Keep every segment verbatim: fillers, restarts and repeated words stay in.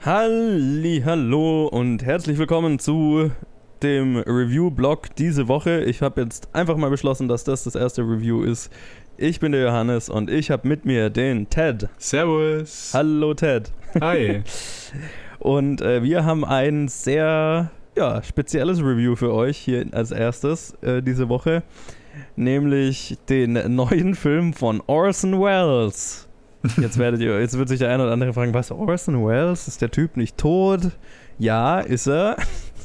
Hallihallo und herzlich willkommen zu dem Review-Blog diese Woche. Ich habe jetzt einfach mal beschlossen, dass das das erste Review ist. Ich bin der Johannes und ich habe mit mir den Ted. Servus. Hallo Ted. Hi. Und äh, wir haben ein sehr ja, spezielles Review für euch hier als erstes äh, diese Woche. Nämlich den neuen Film von Orson Welles. Jetzt werdet ihr, jetzt wird sich der eine oder andere fragen, was, Orson Welles? Ist der Typ nicht tot? Ja, ist er.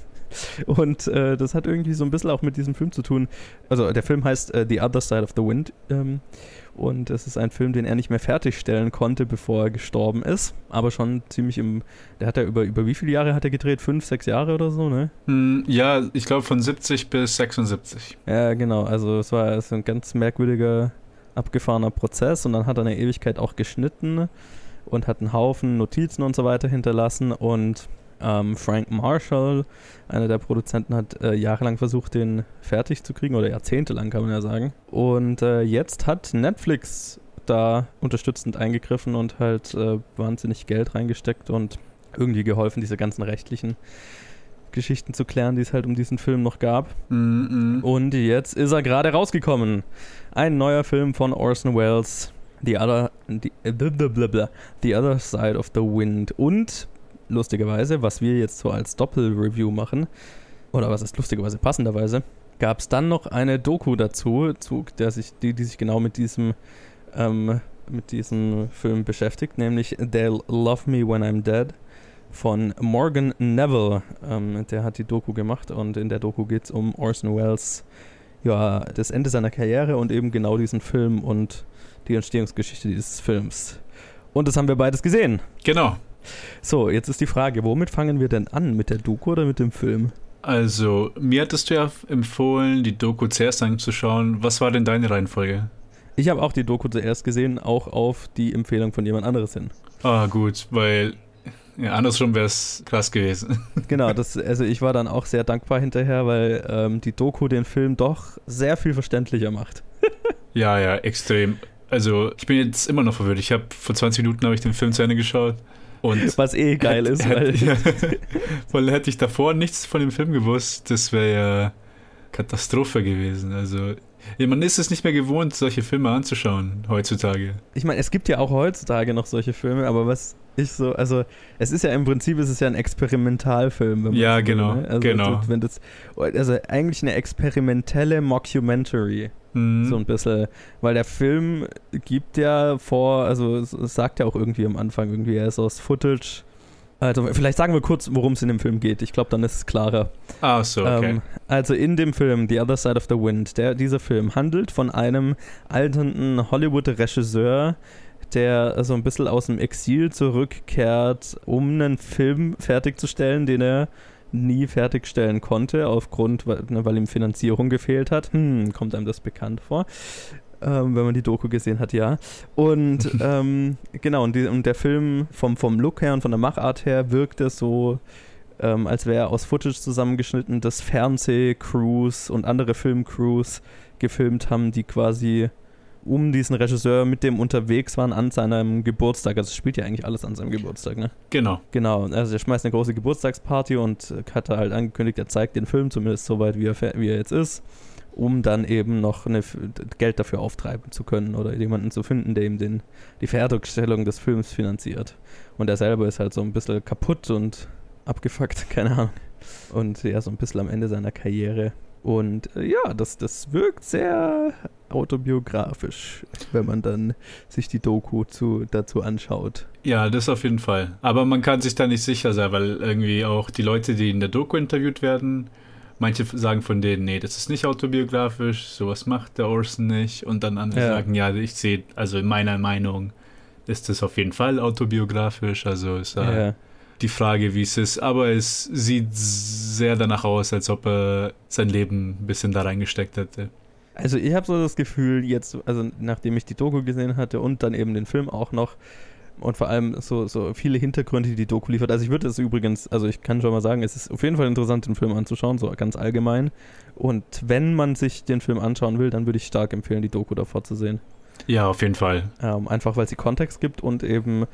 Und äh, das hat irgendwie so ein bisschen auch mit diesem Film zu tun. Also der Film heißt uh, The Other Side of the Wind. Ähm, und es ist ein Film, den er nicht mehr fertigstellen konnte, bevor er gestorben ist. Aber schon ziemlich im, der hat ja über, über wie viele Jahre hat er gedreht? Fünf, sechs Jahre oder so, ne? Ja, ich glaube von siebzig bis sechsundsiebzig. Ja, genau. Also es war so ein ganz merkwürdiger, abgefahrener Prozess. Und dann hat er eine Ewigkeit auch geschnitten und hat einen Haufen Notizen und so weiter hinterlassen. Und ähm, Frank Marshall, einer der Produzenten, hat äh, jahrelang versucht, den fertig zu kriegen. Oder jahrzehntelang, kann man ja sagen. Und äh, jetzt hat Netflix da unterstützend eingegriffen und halt äh, wahnsinnig Geld reingesteckt und irgendwie geholfen, diese ganzen rechtlichen Geschichten zu klären, die es halt um diesen Film noch gab. Mm-mm. Und jetzt ist er gerade rausgekommen. Ein neuer Film von Orson Welles, The Other, the, blablabla, The Other Side of the Wind. Und lustigerweise, was wir jetzt so als Doppel-Review machen, oder was ist lustigerweise passenderweise, gab es dann noch eine Doku dazu, zu, der sich, die, die sich genau mit diesem, ähm, mit diesem Film beschäftigt, nämlich They'll Love Me When I'm Dead von Morgan Neville. Ähm, der hat die Doku gemacht und in der Doku geht es um Orson Welles, ja, das Ende seiner Karriere und eben genau diesen Film und die Entstehungsgeschichte dieses Films. Und das haben wir beides gesehen. Genau. So, jetzt ist die Frage, womit fangen wir denn an? Mit der Doku oder mit dem Film? Also, mir hattest du ja empfohlen, die Doku zuerst anzuschauen. Was war denn deine Reihenfolge? Ich habe auch die Doku zuerst gesehen, auch auf die Empfehlung von jemand anderes hin. Ah, gut, weil ja, andersrum wäre es krass gewesen. Genau, das, also ich war dann auch sehr dankbar hinterher, weil ähm, die Doku den Film doch sehr viel verständlicher macht. Ja, ja, extrem. Also ich bin jetzt immer noch verwirrt. Ich habe vor zwanzig Minuten habe ich den Film zu Ende geschaut. Und was eh geil hätte, ist, hätte, weil... Ja, weil hätte ich davor nichts von dem Film gewusst, das wäre ja Katastrophe gewesen. Also ja, man ist es nicht mehr gewohnt, solche Filme anzuschauen heutzutage. Ich meine, es gibt ja auch heutzutage noch solche Filme, aber was ich so, also es ist ja im Prinzip, es ist ja ein Experimentalfilm. Wenn man ja, so genau, will, ne? Also, genau. Wenn das, also eigentlich eine experimentelle Mockumentary. Mhm. So ein bisschen, weil der Film gibt ja vor, also es, es sagt ja auch irgendwie am Anfang irgendwie, er ist aus Footage. Also vielleicht sagen wir kurz, worum es in dem Film geht. Ich glaube, dann ist es klarer. Ah, so, okay. Ähm, also in dem Film The Other Side of the Wind, der, dieser Film handelt von einem alternden Hollywood-Regisseur, der so ein bisschen aus dem Exil zurückkehrt, um einen Film fertigzustellen, den er nie fertigstellen konnte, aufgrund, weil, weil ihm Finanzierung gefehlt hat. Hm, kommt einem das bekannt vor? Ähm, wenn man die Doku gesehen hat, ja. Und ähm, genau, und, die, und der Film vom, vom Look her und von der Machart her wirkt es so, ähm, als wäre er aus Footage zusammengeschnitten, das Fernsehcrews und andere Filmcrews gefilmt haben, die quasi um diesen Regisseur mit dem unterwegs waren an seinem Geburtstag. Also es spielt ja eigentlich alles an seinem Geburtstag, ne? Genau. Genau, also er schmeißt eine große Geburtstagsparty und hat halt angekündigt, er zeigt den Film, zumindest so weit, wie er, wie er jetzt ist, um dann eben noch eine, Geld dafür auftreiben zu können oder jemanden zu finden, der ihm den, die Fertigstellung des Films finanziert. Und er selber ist halt so ein bisschen kaputt und abgefuckt, keine Ahnung. Und ja, so ein bisschen am Ende seiner Karriere. Und äh, ja, das, das wirkt sehr autobiografisch, wenn man dann sich die Doku zu, dazu anschaut. Ja, das auf jeden Fall. Aber man kann sich da nicht sicher sein, weil irgendwie auch die Leute, die in der Doku interviewt werden, manche sagen von denen, nee, das ist nicht autobiografisch, sowas macht der Orson nicht. Und dann andere Ja. sagen, ja, ich sehe, also in meiner Meinung ist das auf jeden Fall autobiografisch. Also ist da Ja. die Frage, wie es ist. Aber es sieht sehr danach aus, als ob er sein Leben ein bisschen da reingesteckt hätte. Also ich habe so das Gefühl, jetzt, also nachdem ich die Doku gesehen hatte und dann eben den Film auch noch und vor allem so, so viele Hintergründe, die die Doku liefert. Also ich würde es übrigens, also ich kann schon mal sagen, es ist auf jeden Fall interessant, den Film anzuschauen, so ganz allgemein. Und wenn man sich den Film anschauen will, dann würde ich stark empfehlen, die Doku davor zu sehen. Ja, auf jeden Fall. Ähm, einfach weil sie Kontext gibt und eben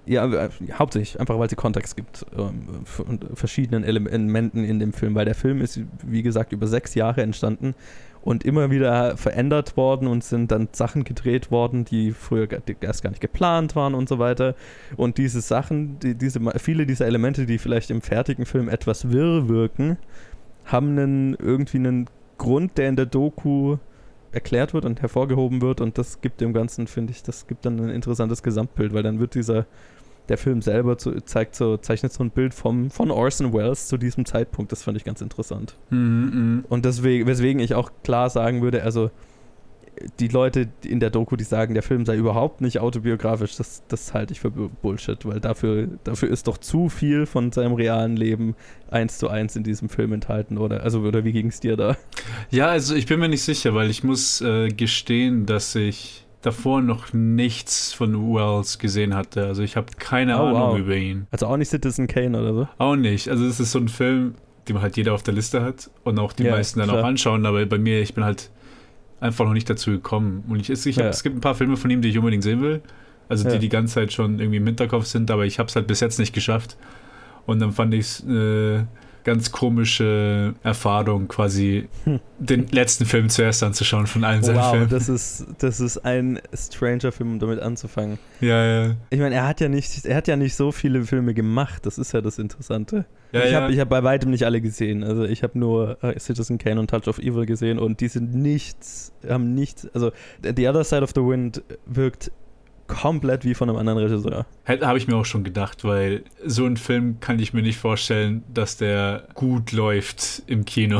Ja, äh, hauptsächlich einfach, weil sie Kontext gibt ähm, und verschiedenen Elementen in dem Film, weil der Film ist, wie gesagt, über sechs Jahre entstanden und immer wieder verändert worden und sind dann Sachen gedreht worden, die früher erst gar nicht geplant waren und so weiter. Und diese Sachen, die, diese, viele dieser Elemente, die vielleicht im fertigen Film etwas wirr wirken, haben einen, irgendwie einen Grund, der in der Doku erklärt wird und hervorgehoben wird, und das gibt dem Ganzen, finde ich, das gibt dann ein interessantes Gesamtbild, weil dann wird dieser, der Film selber zu, zeigt so, zeichnet so ein Bild vom, von Orson Welles zu diesem Zeitpunkt, das fand ich ganz interessant. Mhm, und deswegen, weswegen ich auch klar sagen würde, also die Leute in der Doku, die sagen, der Film sei überhaupt nicht autobiografisch, das, das halte ich für Bullshit, weil dafür, dafür ist doch zu viel von seinem realen Leben eins zu eins in diesem Film enthalten, oder? Also, oder wie ging es dir da? Ja, also ich bin mir nicht sicher, weil ich muss äh, gestehen, dass ich davor noch nichts von Welles gesehen hatte. Also ich habe keine oh, Ahnung wow. über ihn. Also auch nicht Citizen Kane oder so? Auch nicht. Also es ist so ein Film, den halt jeder auf der Liste hat und auch die ja, meisten dann klar. auch anschauen, aber bei mir, ich bin halt einfach noch nicht dazu gekommen. Und ich, ich hab, ja. es gibt ein paar Filme von ihm, die ich unbedingt sehen will. Also die ja. die ganze Zeit schon irgendwie im Hinterkopf sind, aber ich habe es halt bis jetzt nicht geschafft. Und dann fand ich es eine ganz komische Erfahrung, quasi hm. den letzten Film zuerst anzuschauen von allen seinen wow, Filmen. das ist, das ist ein stranger Film, um damit anzufangen. Ja, ja. Ich meine, er hat ja nicht, er hat ja nicht so viele Filme gemacht, das ist ja das Interessante. Ja, ich ja. habe ich hab bei weitem nicht alle gesehen. Also ich habe nur uh, Citizen Kane und Touch of Evil gesehen und die sind nichts, haben nichts, also The Other Side of the Wind wirkt komplett wie von einem anderen Regisseur. Habe ich mir auch schon gedacht, weil so einen Film kann ich mir nicht vorstellen, dass der gut läuft im Kino.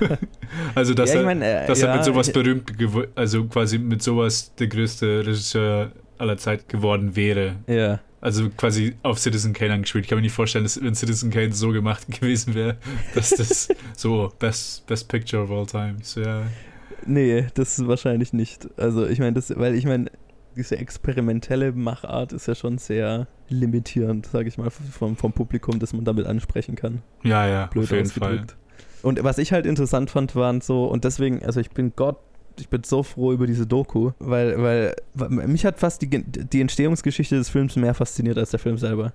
also dass, ja, ich er, mein, äh, dass ja, er mit sowas ich, berühmt, gew- also quasi mit sowas der größte Regisseur aller Zeit geworden wäre. Ja. Also quasi auf Citizen Kane angespielt. Ich kann mir nicht vorstellen, dass wenn Citizen Kane so gemacht gewesen wäre, dass das so Best, Best Picture of all time. So, ja. Nee, das ist wahrscheinlich nicht. Also ich meine, das, weil ich meine, diese experimentelle Machart ist ja schon sehr limitierend, sage ich mal, vom, vom Publikum, das man damit ansprechen kann. Ja, ja, Blöd auf jeden ausgedrückt. Fall. Und was ich halt interessant fand, waren so, und deswegen, also ich bin Gott, ich bin so froh über diese Doku, weil, weil, weil mich hat fast die, die Entstehungsgeschichte des Films mehr fasziniert als der Film selber.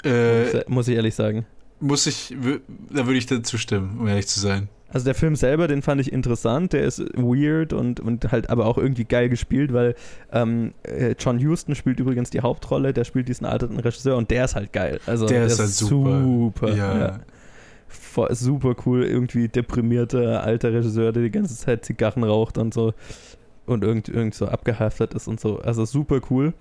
Äh, muss ich ehrlich sagen. Muss ich, da würde ich dazu stimmen, um ehrlich zu sein. Also der Film selber, den fand ich interessant, der ist weird und, und halt aber auch irgendwie geil gespielt, weil ähm, John Huston spielt übrigens die Hauptrolle, der spielt diesen alternden Regisseur und der ist halt geil. Also der, der ist halt super. super ja. Ja. Voll, super cool, irgendwie deprimierter alter Regisseur, der die ganze Zeit Zigarren raucht und so und irgend, irgend so abgehaftet ist und so. Also super cool.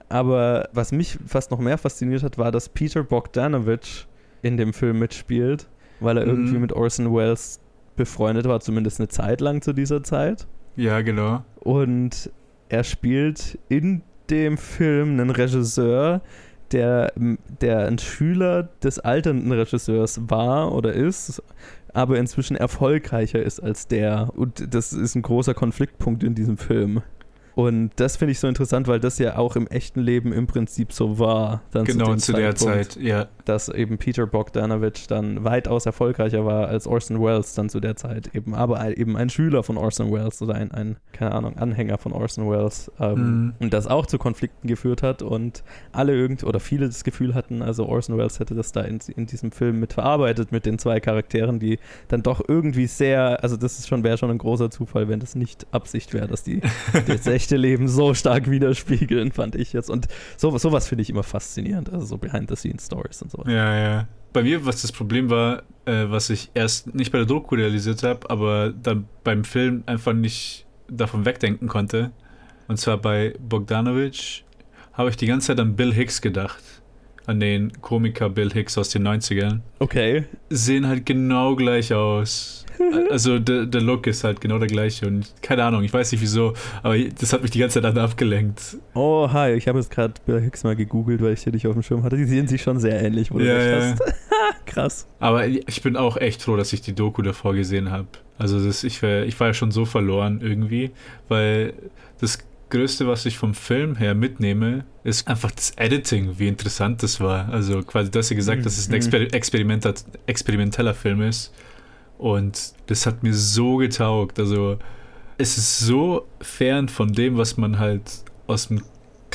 Aber was mich fast noch mehr fasziniert hat, war, dass Peter Bogdanovich in dem Film mitspielt, weil er mhm. irgendwie mit Orson Welles befreundet war, zumindest eine Zeit lang zu dieser Zeit. Ja, genau. Und er spielt in dem Film einen Regisseur, der, der ein Schüler des alternden Regisseurs war oder ist, aber inzwischen erfolgreicher ist als der. Und das ist ein großer Konfliktpunkt in diesem Film. Und das finde ich so interessant, weil das ja auch im echten Leben im Prinzip so war. Dann genau, zu, zu der Zeit, ja. Dass eben Peter Bogdanovich dann weitaus erfolgreicher war als Orson Welles dann zu der Zeit. Eben, aber eben ein Schüler von Orson Welles oder ein, ein keine Ahnung, Anhänger von Orson Welles. Ähm, mhm. Und das auch zu Konflikten geführt hat und alle irgend oder viele das Gefühl hatten, also Orson Welles hätte das da in, in diesem Film mit verarbeitet mit den zwei Charakteren, die dann doch irgendwie sehr, also das ist schon, wäre schon ein großer Zufall, wenn das nicht Absicht wäre, dass die das echte Leben so stark widerspiegeln, fand ich jetzt. Und so, sowas finde ich immer faszinierend, also so Behind-the-Scenes-Stories und so. Ja, ja. Bei mir, was das Problem war, äh, was ich erst nicht bei der Doku realisiert habe, aber dann beim Film einfach nicht davon wegdenken konnte, und zwar bei Bogdanovich habe ich die ganze Zeit an Bill Hicks gedacht. An den Komiker Bill Hicks aus den neunzigern. Okay. Sehen halt genau gleich aus. Also der, der Look ist halt genau der gleiche und keine Ahnung, ich weiß nicht wieso, aber das hat mich die ganze Zeit an abgelenkt. Oh, hi, ich habe jetzt gerade Bill Hicks mal gegoogelt, weil ich hier nicht auf dem Schirm hatte. Die sehen sich schon sehr ähnlich, wo du ja, recht ja. hast. Krass. Aber ich bin auch echt froh, dass ich die Doku davor gesehen habe. Also das, ich, war, ich war ja schon so verloren irgendwie, weil das Größte, was ich vom Film her mitnehme, ist einfach das Editing, wie interessant das war. Also quasi, du hast ja gesagt, mhm. dass es ein Exper- Experimenter- experimenteller Film ist. Und das hat mir so getaugt. Also es ist so fern von dem, was man halt aus dem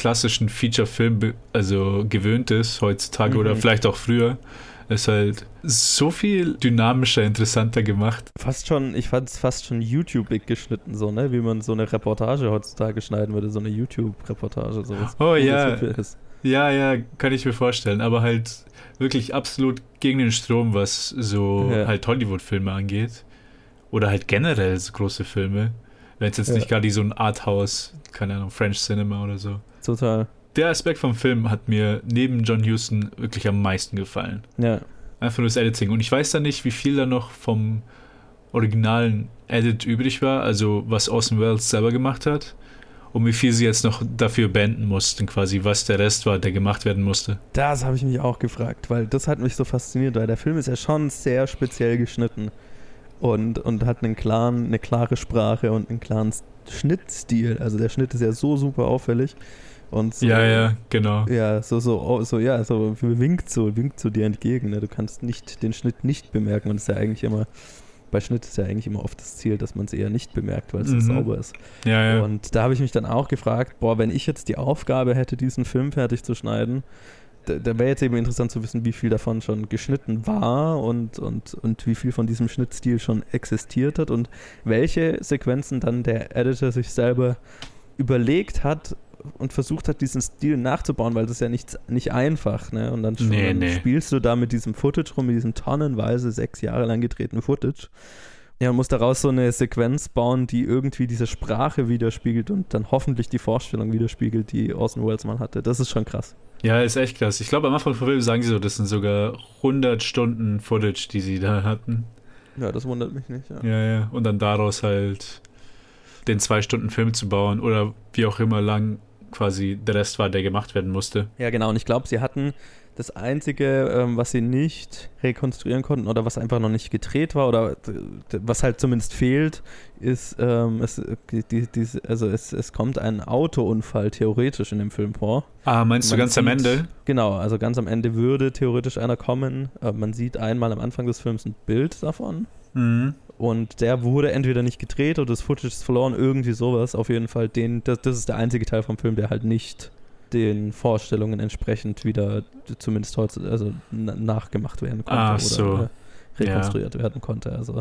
klassischen Feature-Film be- also gewöhnt ist heutzutage mhm. oder vielleicht auch früher, ist halt so viel dynamischer, interessanter gemacht. Fast schon, ich fand es fast schon YouTube-ig geschnitten, so, ne? Wie man so eine Reportage heutzutage schneiden würde, so eine YouTube-Reportage. So, oh ja, ja, ja, kann ich mir vorstellen, aber halt wirklich absolut gegen den Strom, was so ja. halt Hollywood-Filme angeht. Oder halt generell so große Filme. Wenn es jetzt ja. nicht gerade so ein Arthouse, keine Ahnung, French Cinema oder so. Total. Der Aspekt vom Film hat mir neben John Huston wirklich am meisten gefallen. Ja. Einfach nur das Editing. Und ich weiß da nicht, wie viel da noch vom originalen Edit übrig war, also was Orson Welles selber gemacht hat. Und wie viel sie jetzt noch dafür beenden mussten, quasi, was der Rest war, der gemacht werden musste. Das habe ich mich auch gefragt, weil das hat mich so fasziniert, weil der Film ist ja schon sehr speziell geschnitten und, und hat einen klaren, eine klare Sprache und einen klaren Schnittstil. Also der Schnitt ist ja so super auffällig. Und so, ja, ja, genau. Ja, so, so, so, ja, so winkt so, winkt so dir entgegen. Ne? Du kannst nicht den Schnitt nicht bemerken und das ist ja eigentlich immer, bei Schnitt ist ja eigentlich immer oft das Ziel, dass man es eher nicht bemerkt, weil es mhm. so sauber ist. Ja, ja. Und da habe ich mich dann auch gefragt, boah, wenn ich jetzt die Aufgabe hätte, diesen Film fertig zu schneiden, da, da wäre jetzt eben interessant zu wissen, wie viel davon schon geschnitten war und, und, und wie viel von diesem Schnittstil schon existiert hat und welche Sequenzen dann der Editor sich selber überlegt hat und versucht hat, diesen Stil nachzubauen, weil das ist ja nicht, nicht einfach, ne? Und dann, nee, dann nee. spielst du da mit diesem Footage rum, mit diesem tonnenweise sechs Jahre lang gedrehten Footage. Ja, und musst daraus so eine Sequenz bauen, die irgendwie diese Sprache widerspiegelt und dann hoffentlich die Vorstellung widerspiegelt, die Orson Welles mal hatte. Das ist schon krass. Ja, ist echt krass. Ich glaube, am Anfang vom Film sagen sie so, das sind sogar hundert Stunden Footage, die sie da hatten. Ja, das wundert mich nicht, ja. Ja, ja. Und dann daraus halt den zwei Stunden Film zu bauen oder wie auch immer lang quasi der Rest war, der gemacht werden musste. Ja, genau. Und ich glaube, sie hatten das Einzige, ähm, was sie nicht rekonstruieren konnten oder was einfach noch nicht gedreht war oder d- was halt zumindest fehlt, ist, ähm, es, die, die, also es, es kommt ein Autounfall theoretisch in dem Film vor. Ah, meinst man du ganz sieht, am Ende? Genau, also ganz am Ende würde theoretisch einer kommen. Äh, man sieht einmal am Anfang des Films ein Bild davon. Mhm. Und der wurde entweder nicht gedreht oder das Footage ist verloren, irgendwie sowas. Auf jeden Fall, den, das, das ist der einzige Teil vom Film, der halt nicht den Vorstellungen entsprechend wieder zumindest heute also na, nachgemacht werden konnte Ach oder so. äh, rekonstruiert ja. werden konnte. Also.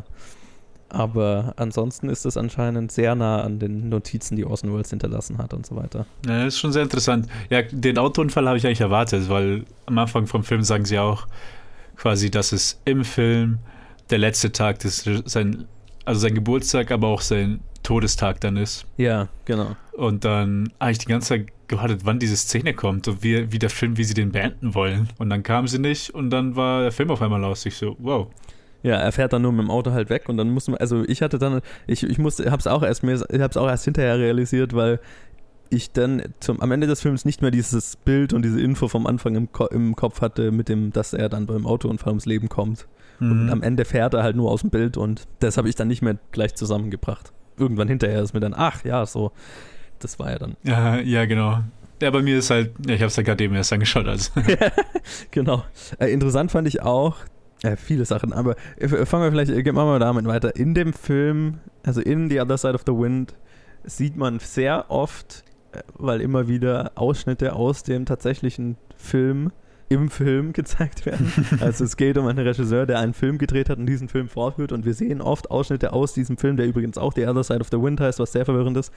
Aber ansonsten ist es anscheinend sehr nah an den Notizen, die Orson Welles hinterlassen hat und so weiter. Ja, das ist schon sehr interessant. Ja, den Autounfall habe ich eigentlich erwartet, weil am Anfang vom Film sagen sie auch quasi, dass es im Film der letzte Tag des sein, also sein Geburtstag, aber auch sein Todestag dann ist. Ja, genau. Und dann habe ich die ganze Zeit gewartet, wann diese Szene kommt und wie, wie der Film, wie sie den beenden wollen. Und dann kam sie nicht und dann war der Film auf einmal aus. Ich so, wow. Ja, er fährt dann nur mit dem Auto halt weg und dann muss man, also ich hatte dann, ich, ich musste, hab's auch erst mir, ich hab's auch erst hinterher realisiert, weil ich dann zum, am Ende des Films nicht mehr dieses Bild und diese Info vom Anfang im, Ko- im Kopf hatte, mit dem, dass er dann beim Autounfall ums Leben kommt. Und am Ende fährt er halt nur aus dem Bild und das habe ich dann nicht mehr gleich zusammengebracht. Irgendwann hinterher ist mir dann, ach ja, so, das war ja dann. Ja, ja, genau. Ja, bei mir ist halt, ja, ich habe es ja gerade eben erst angeschaut. Also. Genau. Äh, interessant fand ich auch, äh, viele Sachen, aber äh, fangen wir vielleicht, äh, machen wir damit weiter. In dem Film, also in The Other Side of the Wind, sieht man sehr oft, äh, weil immer wieder Ausschnitte aus dem tatsächlichen Film im Film gezeigt werden. Also es geht um einen Regisseur, der einen Film gedreht hat und diesen Film vorführt und wir sehen oft Ausschnitte aus diesem Film, der übrigens auch The Other Side of the Wind heißt, was sehr verwirrend ist.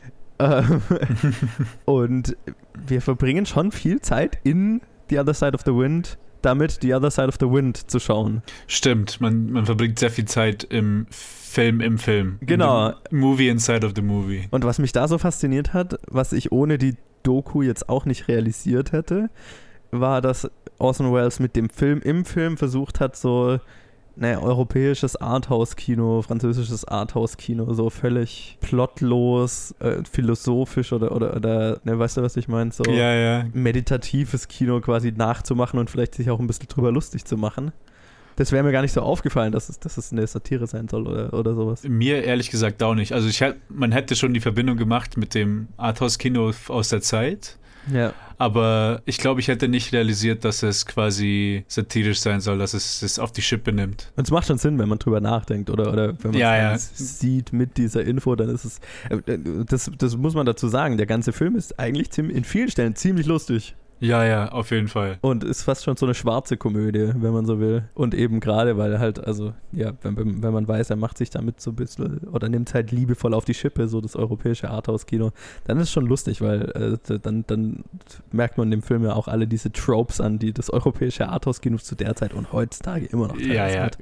Und wir verbringen schon viel Zeit in The Other Side of the Wind, damit The Other Side of the Wind zu schauen. Stimmt, man, man verbringt sehr viel Zeit im Film im Film. Genau. Movie inside of the movie. Und was mich da so fasziniert hat, was ich ohne die Doku jetzt auch nicht realisiert hätte, war, dass Orson Welles mit dem Film im Film versucht hat, so naja, europäisches Arthouse-Kino, französisches Arthouse-Kino, so völlig plotlos, äh, philosophisch oder, oder, oder ne, weißt du, was ich meine? So ja, ja. meditatives Kino quasi nachzumachen und vielleicht sich auch ein bisschen drüber lustig zu machen. Das wäre mir gar nicht so aufgefallen, dass es, dass es eine Satire sein soll oder, oder sowas. Mir ehrlich gesagt auch nicht. Also ich, man hätte schon die Verbindung gemacht mit dem Arthouse-Kino aus der Zeit, Ja. Aber ich glaube, ich hätte nicht realisiert, dass es quasi satirisch sein soll, dass es es auf die Schippe nimmt. Und es macht schon Sinn, wenn man drüber nachdenkt oder, oder wenn man ja, ja. es sieht mit dieser Info, dann ist es, das, das muss man dazu sagen, der ganze Film ist eigentlich ziemlich, in vielen Stellen ziemlich lustig. Ja, ja, auf jeden Fall. Und ist fast schon so eine schwarze Komödie, wenn man so will. Und eben gerade, weil halt, also, ja, wenn, wenn man weiß, er macht sich damit so ein bisschen, oder nimmt halt liebevoll auf die Schippe, so das europäische Arthouse-Kino, dann ist es schon lustig, weil äh, dann, dann merkt man in dem Film ja auch alle diese Tropes an, die das europäische Arthouse-Kino zu der Zeit und heutzutage immer noch teilweise ja, ja. hat.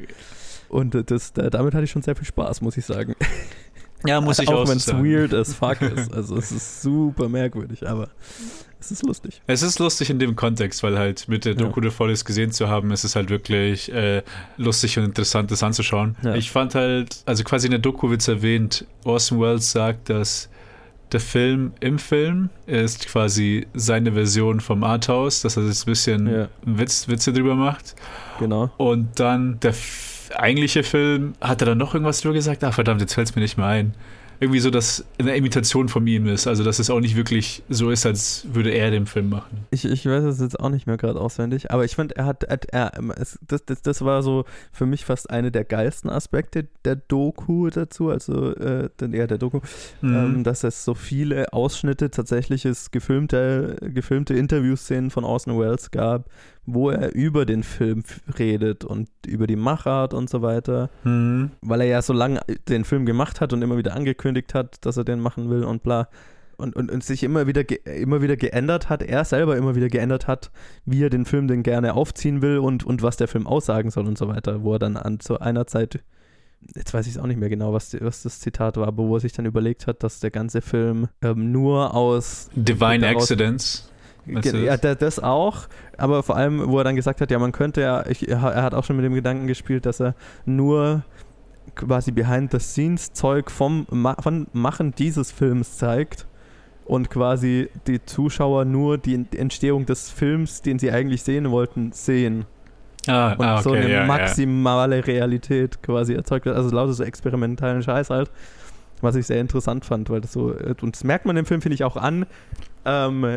Und das, damit hatte ich schon sehr viel Spaß, muss ich sagen. Ja, muss ich auch, auch wenn es sagen. weird as fuck ist. Also es ist super merkwürdig, aber es ist lustig. Es ist lustig in dem Kontext, weil halt mit der Doku ja. Volles gesehen zu haben, ist es halt wirklich äh, lustig und interessant, das anzuschauen. Ja. Ich fand halt, also quasi in der Doku wird es erwähnt, Orson Welles sagt, dass der Film im Film ist quasi seine Version vom Arthouse, dass er sich ein bisschen ja. Witz, Witze drüber macht. Genau. Und dann der eigentliche Film, hat er dann noch irgendwas drüber gesagt? Ah, verdammt, jetzt fällt es mir nicht mehr ein. Irgendwie so, dass eine Imitation von ihm ist. Also, dass es auch nicht wirklich so ist, als würde er den Film machen. Ich, ich weiß es jetzt auch nicht mehr gerade auswendig, aber ich finde, er hat, er, er, es, das, das, das war so für mich fast eine der geilsten Aspekte der Doku dazu, also äh, ja, der Doku, mhm. ähm, dass es so viele Ausschnitte, tatsächliches gefilmte, gefilmte Interviewszenen von Orson Welles gab, wo er über den Film redet und über die Machart und so weiter, mhm. weil er ja so lange den Film gemacht hat und immer wieder angekündigt hat, dass er den machen will und bla. Und, und, und sich immer wieder, ge- immer wieder geändert hat, er selber immer wieder geändert hat, wie er den Film denn gerne aufziehen will und, und was der Film aussagen soll und so weiter, wo er dann an zu einer Zeit, jetzt weiß ich es auch nicht mehr genau, was, die, was das Zitat war, aber wo er sich dann überlegt hat, dass der ganze Film ähm, nur aus Divine daraus, Accidents Ja, das auch, aber vor allem, wo er dann gesagt hat, ja, man könnte ja, ich, er hat auch schon mit dem Gedanken gespielt, dass er nur quasi Behind-the-Scenes-Zeug vom Ma- von Machen dieses Films zeigt und quasi die Zuschauer nur die Entstehung des Films, den sie eigentlich sehen wollten, sehen. Ah, und ah, okay, so eine ja, maximale ja. Realität quasi erzeugt wird, also lauter so experimentalen Scheiß halt. Was ich sehr interessant fand, weil das so, und das merkt man im Film, finde ich, auch an, ähm,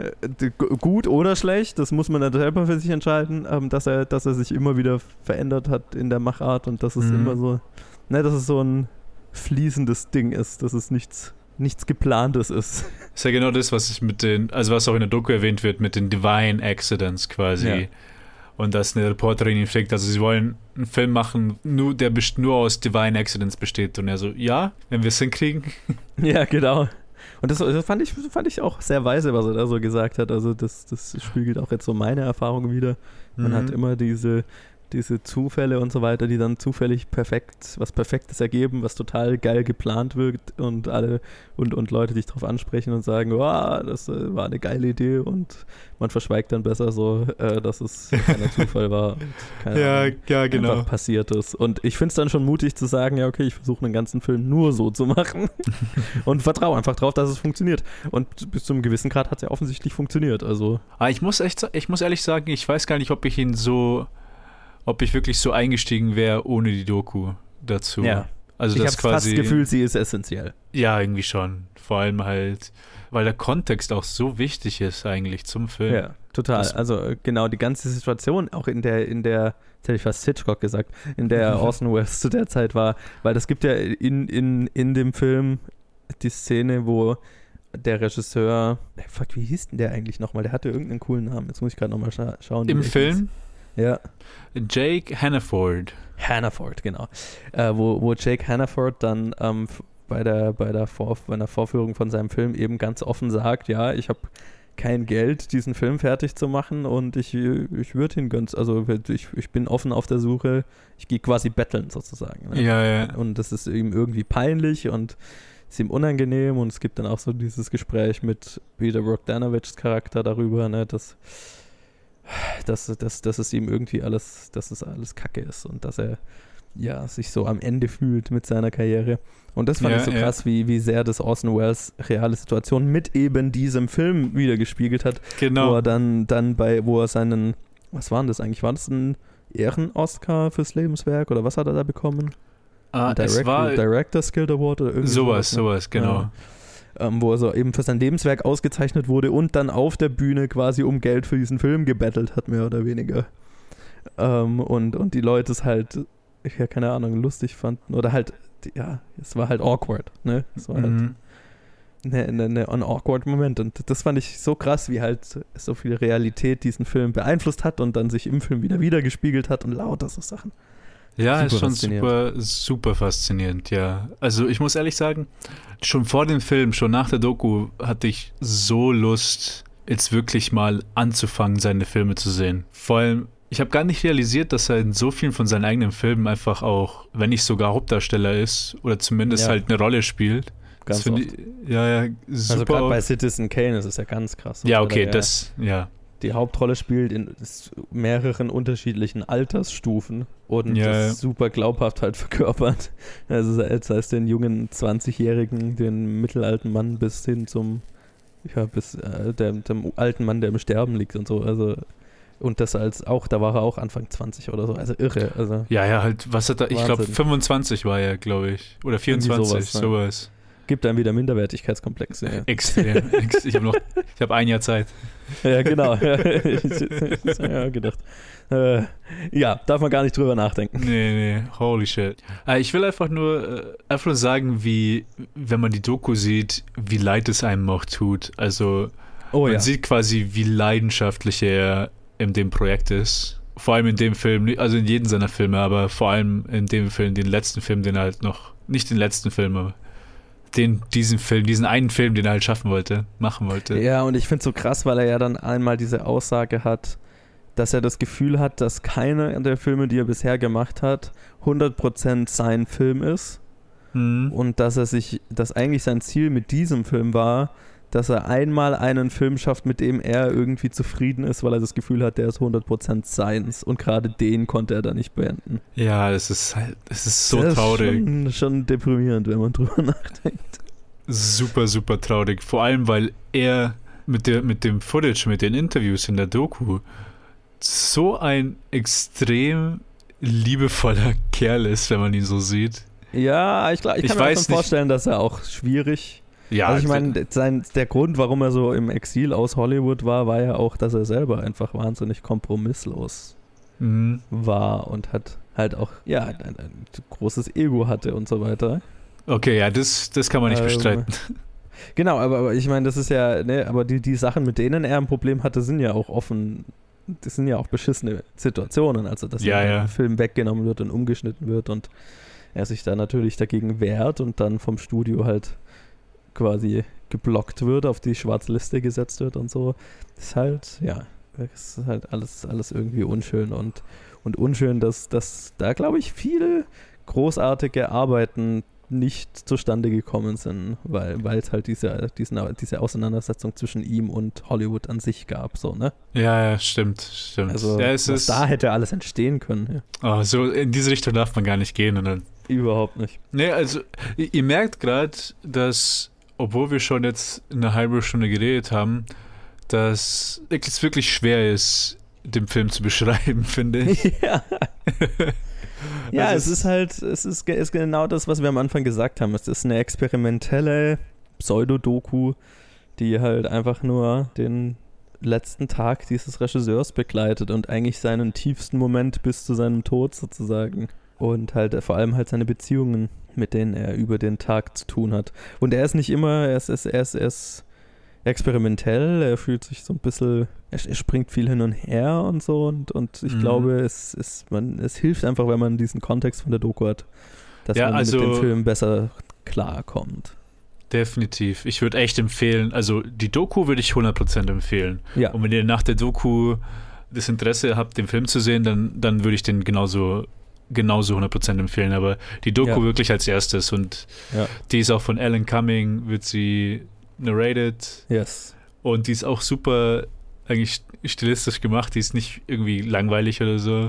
gut oder schlecht, das muss man dann selber für sich entscheiden, ähm, dass er, dass er sich immer wieder verändert hat in der Machart und dass es mhm. immer so, ne, dass es so ein fließendes Ding ist, dass es nichts, nichts Geplantes ist. Das ist ja genau das, was ich mit den, also was auch in der Doku erwähnt wird, mit den Divine Accidents quasi. Ja. Und dass eine Reporterin ihn fragt, also sie wollen einen Film machen, nur, der best- nur aus Divine Accidents besteht. Und er so, ja, wenn wir es hinkriegen. Ja, genau. Und das, das fand, ich, fand ich auch sehr weise, was er da so gesagt hat. Also das, das spiegelt auch jetzt so meine Erfahrung wider. Man mhm. hat immer diese, diese Zufälle und so weiter, die dann zufällig perfekt, was Perfektes ergeben, was total geil geplant wirkt und alle und, und Leute dich drauf ansprechen und sagen, wow, das äh, war eine geile Idee und man verschweigt dann besser so, äh, dass es kein Zufall war und keine ja, Ahnung, ja, genau. einfach passiert ist. Und ich finde es dann schon mutig zu sagen, ja okay, ich versuche einen ganzen Film nur so zu machen und vertraue einfach drauf, dass es funktioniert. Und bis zu einem gewissen Grad hat es ja offensichtlich funktioniert. Also. Aber ich muss echt, ich muss ehrlich sagen, ich weiß gar nicht, ob ich ihn so ob ich wirklich so eingestiegen wäre ohne die Doku dazu. Ja. Also ich das habe quasi fast das Gefühl, sie ist essentiell. Ja, irgendwie schon. Vor allem halt, weil der Kontext auch so wichtig ist eigentlich zum Film. Ja, total. Das also genau, die ganze Situation, auch in der, in der, jetzt hätte ich fast Hitchcock gesagt, in der Orson Welles zu der Zeit war, weil das gibt ja in, in, in dem Film die Szene, wo der Regisseur, fuck, wie hieß denn der eigentlich nochmal? Der hatte irgendeinen coolen Namen. Jetzt muss ich gerade nochmal scha- schauen. Im Film? Hieß. Ja. Jake Hannaford. Hannaford, genau. Äh, wo, wo Jake Hannaford dann ähm, bei, der, bei, der Vor- bei der Vorführung von seinem Film eben ganz offen sagt, ja, ich habe kein Geld, diesen Film fertig zu machen und ich, ich würde ihn ganz, also ich, ich bin offen auf der Suche, ich gehe quasi betteln sozusagen. Ne? Ja, ja. Und das ist ihm irgendwie peinlich und ist ihm unangenehm und es gibt dann auch so dieses Gespräch mit Peter Bogdanovichs Charakter darüber, ne, dass Dass, dass, dass es ihm irgendwie alles, dass es alles Kacke ist und dass er ja sich so am Ende fühlt mit seiner Karriere. Und das fand ja, ich so krass, ja. wie, wie sehr das Orson Welles reale Situation mit eben diesem Film wiedergespiegelt hat. Genau. Wo er dann, dann bei, wo er seinen, was war denn das eigentlich? War das ein Ehren-Oscar fürs Lebenswerk oder was hat er da bekommen? Ah, Direct, es war Director's Guild Award oder irgendwas? Sowas, ne? sowas, genau. Ja. ähm, wo er so eben für sein Lebenswerk ausgezeichnet wurde und dann auf der Bühne quasi um Geld für diesen Film gebettelt hat, mehr oder weniger. Ähm, und, und die Leute es halt, ja, keine Ahnung, lustig fanden. Oder halt, ja, es war halt awkward, ne? Es war halt Mhm. ne, ne, ne, ein awkward Moment. Und das fand ich so krass, wie halt so viel Realität diesen Film beeinflusst hat und dann sich im Film wieder wiedergespiegelt hat und lauter so Sachen. Ja, Super ist schon faszinierend. super, super faszinierend, ja. Also ich muss ehrlich sagen, schon vor dem Film, schon nach der Doku hatte ich so Lust, jetzt wirklich mal anzufangen, seine Filme zu sehen. Vor allem, ich habe gar nicht realisiert, dass er in so vielen von seinen eigenen Filmen einfach auch, wenn nicht sogar Hauptdarsteller ist oder zumindest Ja. halt eine Rolle spielt. Ganz Das finde oft. ich, ja, ja, super. Also gerade auch- bei Citizen Kane ist es ja ganz krass. ja, weil okay, er ja das, ja. die Hauptrolle spielt in s- mehreren unterschiedlichen Altersstufen und Ja, ja. das super glaubhaft halt verkörpert. Also sei es den jungen zwanzigjährigen, den mittelalten Mann bis hin zum, ja, bis äh, dem, dem alten Mann, der im Sterben liegt und so. Also und das als auch, da war er auch Anfang zwanzig oder so, also irre. Also Ja, ja, halt, was hat er, ich glaube Wahnsinn. fünfundzwanzig war er, glaube ich. Oder vierundzwanzig, sowas, ne? sowas. gibt einem wieder Minderwertigkeitskomplexe. Ja. Extrem. ex- ich habe noch, ich habe ein Jahr Zeit. Ja, genau. Ich hab ja gedacht. Äh, ja, darf man gar nicht drüber nachdenken. Nee, nee, holy shit. Äh, ich will einfach nur, äh, einfach nur sagen, wie, wenn man die Doku sieht, wie leid es einem auch tut. Also, Oh man ja. sieht quasi, wie leidenschaftlich er in dem Projekt ist. Vor allem in dem Film, also in jedem seiner Filme, aber vor allem in dem Film, den letzten Film, den er halt noch, nicht den letzten Film, aber den, diesen Film, diesen einen Film, den er halt schaffen wollte, machen wollte. Ja, und ich finde es so krass, weil er ja dann einmal diese Aussage hat, dass er das Gefühl hat, dass keiner der Filme, die er bisher gemacht hat, hundert Prozent sein Film ist. Mhm. Und dass er sich, dass eigentlich sein Ziel mit diesem Film war, dass er einmal einen Film schafft, mit dem er irgendwie zufrieden ist, weil er das Gefühl hat, der ist hundert Prozent seins. Und gerade den konnte er dann nicht beenden. Ja, es ist halt, es ist so das traurig. ist schon, schon deprimierend, wenn man drüber nachdenkt. Super, super traurig. Vor allem, weil er mit, der, mit dem Footage, mit den Interviews in der Doku so ein extrem liebevoller Kerl ist, wenn man ihn so sieht. Ja, ich, glaub, ich Ich kann mir weiß schon nicht- vorstellen, dass er auch schwierig. Ja, also ich meine, sein, der Grund, warum er so im Exil aus Hollywood war, war ja auch, dass er selber einfach wahnsinnig kompromisslos Mhm. war und hat halt auch, ja, ein, ein großes Ego hatte und so weiter. Okay, ja, das, das kann man nicht Ähm, bestreiten. Genau, aber, aber ich meine, das ist ja, ne, aber die, die Sachen, mit denen er ein Problem hatte, sind ja auch offen, das sind ja auch beschissene Situationen, also dass Ja, ihm ja. ein Film weggenommen wird und umgeschnitten wird und er sich da natürlich dagegen wehrt und dann vom Studio halt quasi geblockt wird, auf die schwarze Liste gesetzt wird und so. Das ist halt, ja, das ist halt alles, alles irgendwie unschön und, und unschön, dass, dass da, glaube ich, viele großartige Arbeiten nicht zustande gekommen sind, weil weil es halt diese, diesen, diese Auseinandersetzung zwischen ihm und Hollywood an sich gab, so, ne? Ja, ja, stimmt, stimmt. Also, ja, es was ist, da hätte alles entstehen können, ja. oh, so in diese Richtung darf man gar nicht gehen. Und dann, Überhaupt nicht. nee, also ihr, ihr merkt gerade, dass, obwohl wir schon jetzt eine halbe Stunde geredet haben, dass es wirklich schwer ist, den Film zu beschreiben, finde ich. ja. Ja, Also es ist halt, es ist, ge- ist genau das, was wir am Anfang gesagt haben. Es ist eine experimentelle Pseudodoku, die halt einfach nur den letzten Tag dieses Regisseurs begleitet und eigentlich seinen tiefsten Moment bis zu seinem Tod sozusagen. Und halt äh, vor allem halt seine Beziehungen, mit denen er über den Tag zu tun hat. Und er ist nicht immer, er ist, er ist, er ist, er ist experimentell, er fühlt sich so ein bisschen, er, er springt viel hin und her und so und, und ich Mhm. glaube, es, es, man, es hilft einfach, wenn man diesen Kontext von der Doku hat, dass Ja, man also- mit dem Film besser klarkommt. Definitiv. Ich würde echt empfehlen, also die Doku würde ich hundert Prozent empfehlen. Ja, Und wenn ihr nach der Doku das Interesse habt, den Film zu sehen, dann, dann würde ich den genauso, genauso hundert Prozent empfehlen. Aber die Doku Ja. wirklich als erstes. Und Ja. die ist auch von Alan Cumming, wird sie narrated. yes. Und die ist auch super eigentlich stilistisch gemacht. Die ist nicht irgendwie langweilig oder so.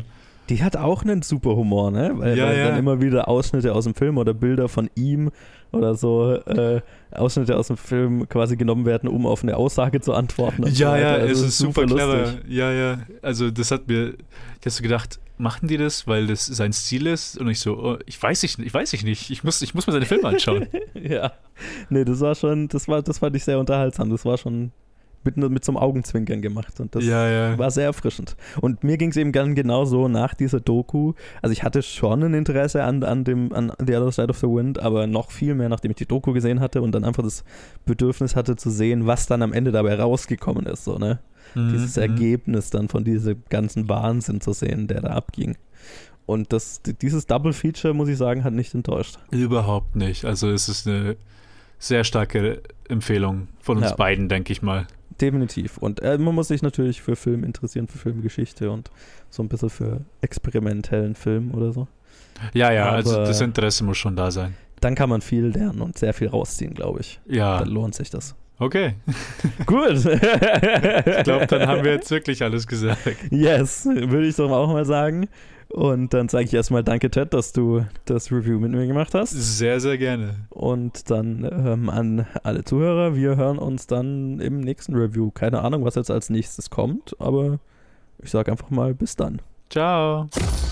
Die hat auch einen super Humor, ne? Weil, ja, weil ja. dann immer wieder Ausschnitte aus dem Film oder Bilder von ihm oder so, äh, Ausschnitte aus dem Film quasi genommen werden, um auf eine Aussage zu antworten. Und ja, so ja, also es ist super clever. lustig. Ja, ja. Also das hat mir, ich habe so gedacht, machen die das, weil das sein Stil ist? Und ich so, oh, ich weiß ich, ich weiß ich nicht. Ich muss, ich muss mir seine Filme anschauen. Ja. Nee, das war schon, das war, das fand ich sehr unterhaltsam. Das war schon mit, mit so einem Augenzwinkern gemacht und das ja, ja. war sehr erfrischend. Und mir ging es eben ganz genau so nach dieser Doku. Also ich hatte schon ein Interesse an, an dem an The Other Side of the Wind, aber noch viel mehr, nachdem ich die Doku gesehen hatte und dann einfach das Bedürfnis hatte zu sehen, was dann am Ende dabei rausgekommen ist, so, ne? Mhm, Dieses Ergebnis dann von diesem ganzen Wahnsinn zu sehen, der da abging. Und das, dieses Double Feature, muss ich sagen, hat nicht enttäuscht. Überhaupt nicht. Also es ist eine sehr starke Empfehlung von uns Ja. beiden, denke ich mal. Definitiv. Und äh, man muss sich natürlich für Film interessieren, für Filmgeschichte und so ein bisschen für experimentellen Film oder so. Ja, ja, Aber also das Interesse muss schon da sein. Dann kann man viel lernen und sehr viel rausziehen, glaube ich. Ja. Dann lohnt sich das. Okay. Gut. Ich glaube, dann haben wir jetzt wirklich alles gesagt. Yes, würde ich doch auch mal sagen. Und dann sage ich erstmal danke, Ted, dass du das Review mit mir gemacht hast. Sehr, sehr gerne. Und dann ähm, an alle Zuhörer, wir hören uns dann im nächsten Review. Keine Ahnung, was jetzt als nächstes kommt, aber ich sage einfach mal bis dann. Ciao.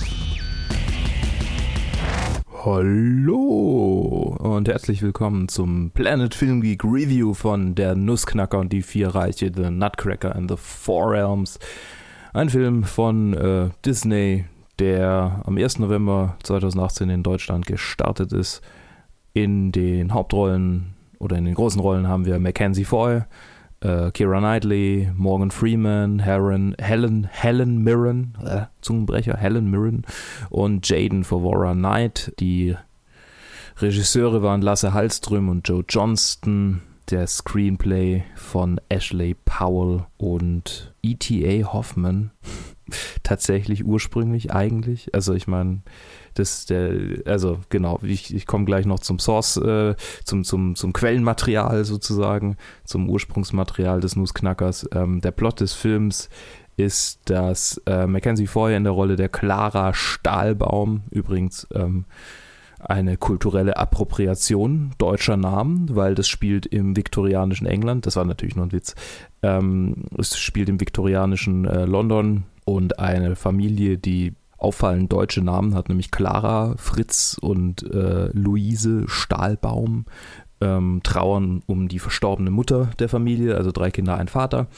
Hallo und herzlich willkommen zum Planet Film Geek Review von Der Nussknacker und die vier Reiche, The Nutcracker and the Four Realms. Ein Film von äh, Disney, der am ersten November zweitausendachtzehn in Deutschland gestartet ist. In den Hauptrollen oder in den großen Rollen haben wir Mackenzie Foy, äh, Keira Knightley, Morgan Freeman, Helen, Helen, Helen Mirren, äh, Zungenbrecher, Helen Mirren und Jaden Favora Knight. Die Regisseure waren Lasse Hallström und Joe Johnston. Der Screenplay von Ashley Powell und E T A Hoffman. Tatsächlich ursprünglich eigentlich. Also ich meine, das der, also genau, ich, ich komme gleich noch zum Source, äh, zum, zum, zum Quellenmaterial sozusagen, zum Ursprungsmaterial des Nussknackers. Ähm, der Plot des Films ist, dass äh, Mackenzie Foy in der Rolle der Clara Stahlbaum, übrigens ähm, eine kulturelle Appropriation deutscher Namen, weil das spielt im viktorianischen England, das war natürlich nur ein Witz, ähm, es spielt im viktorianischen äh, London und eine Familie, die auffallend deutsche Namen hat, nämlich Clara, Fritz und äh, Luise Stahlbaum, ähm, trauern um die verstorbene Mutter der Familie, also drei Kinder, ein Vater.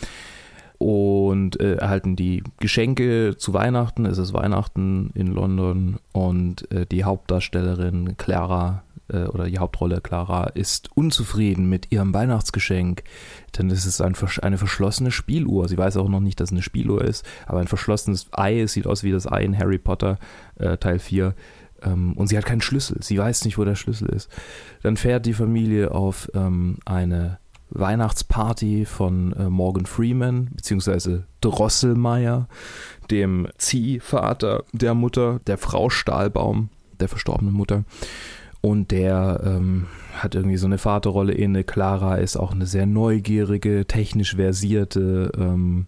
Und äh, erhalten die Geschenke zu Weihnachten. Es ist Weihnachten in London und äh, die Hauptdarstellerin Clara äh, oder die Hauptrolle Clara ist unzufrieden mit ihrem Weihnachtsgeschenk, denn es ist ein, eine verschlossene Spieluhr. Sie weiß auch noch nicht, dass es eine Spieluhr ist, aber ein verschlossenes Ei. Es sieht aus wie das Ei in Harry Potter äh, Teil vier. Ähm, und sie hat keinen Schlüssel. Sie weiß nicht, wo der Schlüssel ist. Dann fährt die Familie auf ähm, eine Weihnachtsparty von äh, Morgan Freeman beziehungsweise Drosselmeyer, dem Ziehvater der Mutter, der Frau Stahlbaum, der verstorbenen Mutter. Und der ähm, hat irgendwie so eine Vaterrolle inne. Clara ist auch eine sehr neugierige, technisch versierte. Ähm,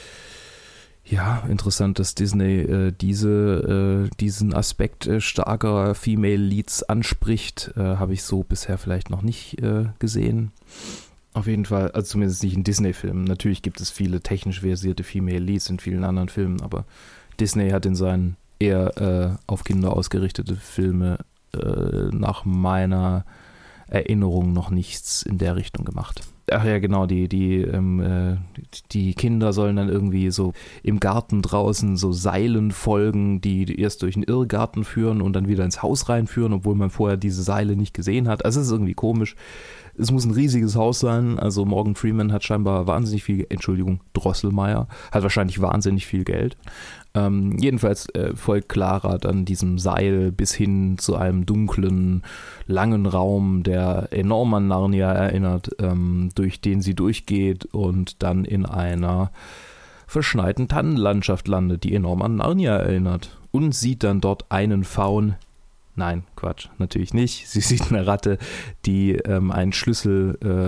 ja, interessant, dass Disney äh, diese, äh, diesen Aspekt äh, starker Female Leads anspricht. Äh, habe ich so bisher vielleicht noch nicht äh, gesehen. Auf jeden Fall, also zumindest nicht in Disney-Filmen. Natürlich gibt es viele technisch versierte Female Leads in vielen anderen Filmen, aber Disney hat in seinen eher äh, auf Kinder ausgerichtete Filme äh, nach meiner Erinnerung noch nichts in der Richtung gemacht. Ach ja, genau, die, die, ähm, äh, die Kinder sollen dann irgendwie so im Garten draußen so Seilen folgen, die erst durch einen Irrgarten führen und dann wieder ins Haus reinführen, obwohl man vorher diese Seile nicht gesehen hat. Also es ist irgendwie komisch. Es muss ein riesiges Haus sein. Also Morgan Freeman hat scheinbar wahnsinnig viel, Entschuldigung, Drosselmeyer, hat wahrscheinlich wahnsinnig viel Geld. Ähm, jedenfalls äh, folgt Clara dann diesem Seil bis hin zu einem dunklen, langen Raum, der enorm an Narnia erinnert, ähm, durch den sie durchgeht und dann in einer verschneiten Tannenlandschaft landet, die enorm an Narnia erinnert. Und sieht dann dort einen Faun. Nein, Quatsch, natürlich nicht. Sie sieht eine Ratte, die ähm, einen Schlüssel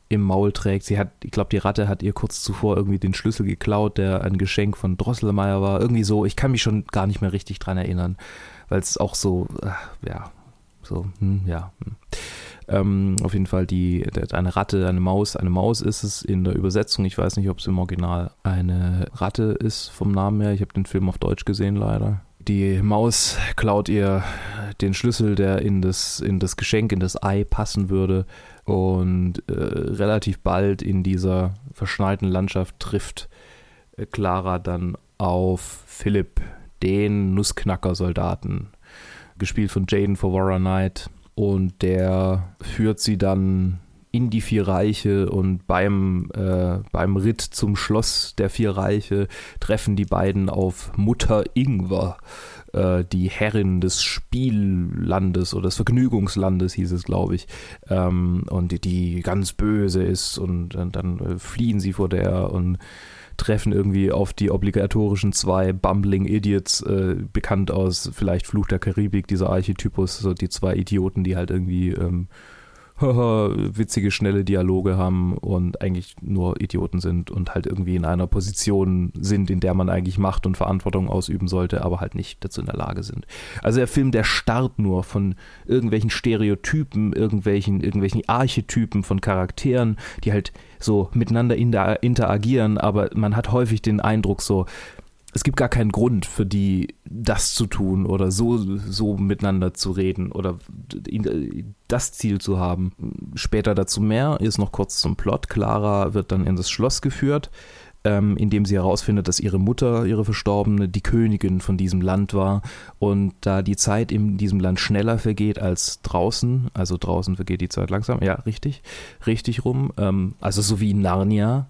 im Maul trägt. Sie hat, ich glaube, die Ratte hat ihr kurz zuvor irgendwie den Schlüssel geklaut, der ein Geschenk von Drosselmeyer war. Irgendwie so, ich kann mich schon gar nicht mehr richtig dran erinnern, weil es auch so, äh, ja, so, hm, ja. Hm. Ähm, auf jeden Fall die, eine Ratte, eine Maus, eine Maus ist es in der Übersetzung. Ich weiß nicht, ob es im Original eine Ratte ist vom Namen her. Ich habe den Film auf Deutsch gesehen, leider. Die Maus klaut ihr den Schlüssel, der in das, in das Geschenk, in das Ei passen würde. Und äh, relativ bald in dieser verschneiten Landschaft trifft äh, Clara dann auf Philipp, den Nussknacker-Soldaten, gespielt von Jaden Fovara Knight. Und der führt sie dann in die Vier Reiche und beim, äh, beim Ritt zum Schloss der Vier Reiche treffen die beiden auf Mutter Ingwer, äh, die Herrin des Spiellandes oder des Vergnügungslandes, hieß es, glaube ich, ähm, und die, die ganz böse ist und, und dann äh, fliehen sie vor der und treffen irgendwie auf die obligatorischen zwei Bumbling Idiots, äh, bekannt aus vielleicht Fluch der Karibik, dieser Archetypus, so die zwei Idioten, die halt irgendwie ähm, witzige, schnelle Dialoge haben und eigentlich nur Idioten sind und halt irgendwie in einer Position sind, in der man eigentlich Macht und Verantwortung ausüben sollte, aber halt nicht dazu in der Lage sind. Also der Film, der starrt nur von irgendwelchen Stereotypen, irgendwelchen, irgendwelchen Archetypen von Charakteren, die halt so miteinander interagieren, aber man hat häufig den Eindruck so, es gibt gar keinen Grund für die, das zu tun oder so, so miteinander zu reden oder das Ziel zu haben. Später dazu mehr, ist noch kurz zum Plot. Clara wird dann in das Schloss geführt, ähm, indem sie herausfindet, dass ihre Mutter, ihre Verstorbene, die Königin von diesem Land war. Und da die Zeit in diesem Land schneller vergeht als draußen, also draußen vergeht die Zeit langsam, ja, richtig, richtig rum, ähm, also so wie in Narnia,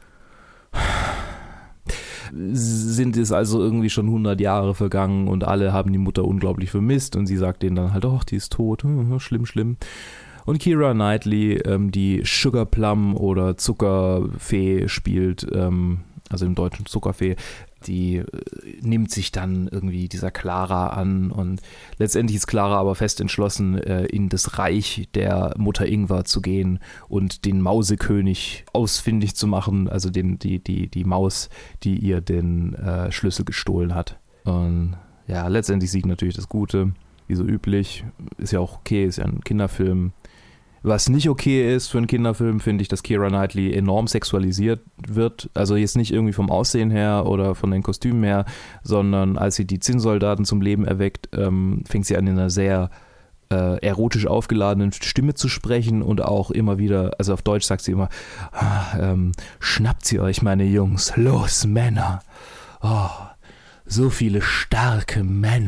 sind es also irgendwie schon hundert Jahre vergangen und alle haben die Mutter unglaublich vermisst und sie sagt denen dann halt, oh, die ist tot, schlimm, schlimm. Und Keira Knightley, ähm, die Sugar Plum oder Zuckerfee spielt, ähm, also im Deutschen Zuckerfee, die äh, nimmt sich dann irgendwie dieser Clara an und letztendlich ist Clara aber fest entschlossen, äh, in das Reich der Mutter Ingwer zu gehen und den Mausekönig ausfindig zu machen, also den, die, die, die Maus, die ihr den äh, Schlüssel gestohlen hat. Und ja, letztendlich siegt natürlich das Gute, wie so üblich, ist ja auch okay, ist ja ein Kinderfilm. Was nicht okay ist für einen Kinderfilm, finde ich, dass Keira Knightley enorm sexualisiert wird. Also jetzt nicht irgendwie vom Aussehen her oder von den Kostümen her, sondern als sie die Zinnsoldaten zum Leben erweckt, ähm, fängt sie an, in einer sehr äh, erotisch aufgeladenen Stimme zu sprechen und auch immer wieder, also auf Deutsch sagt sie immer, ah, ähm, schnappt sie euch, meine Jungs, los, Männer. Oh, so viele starke Männer.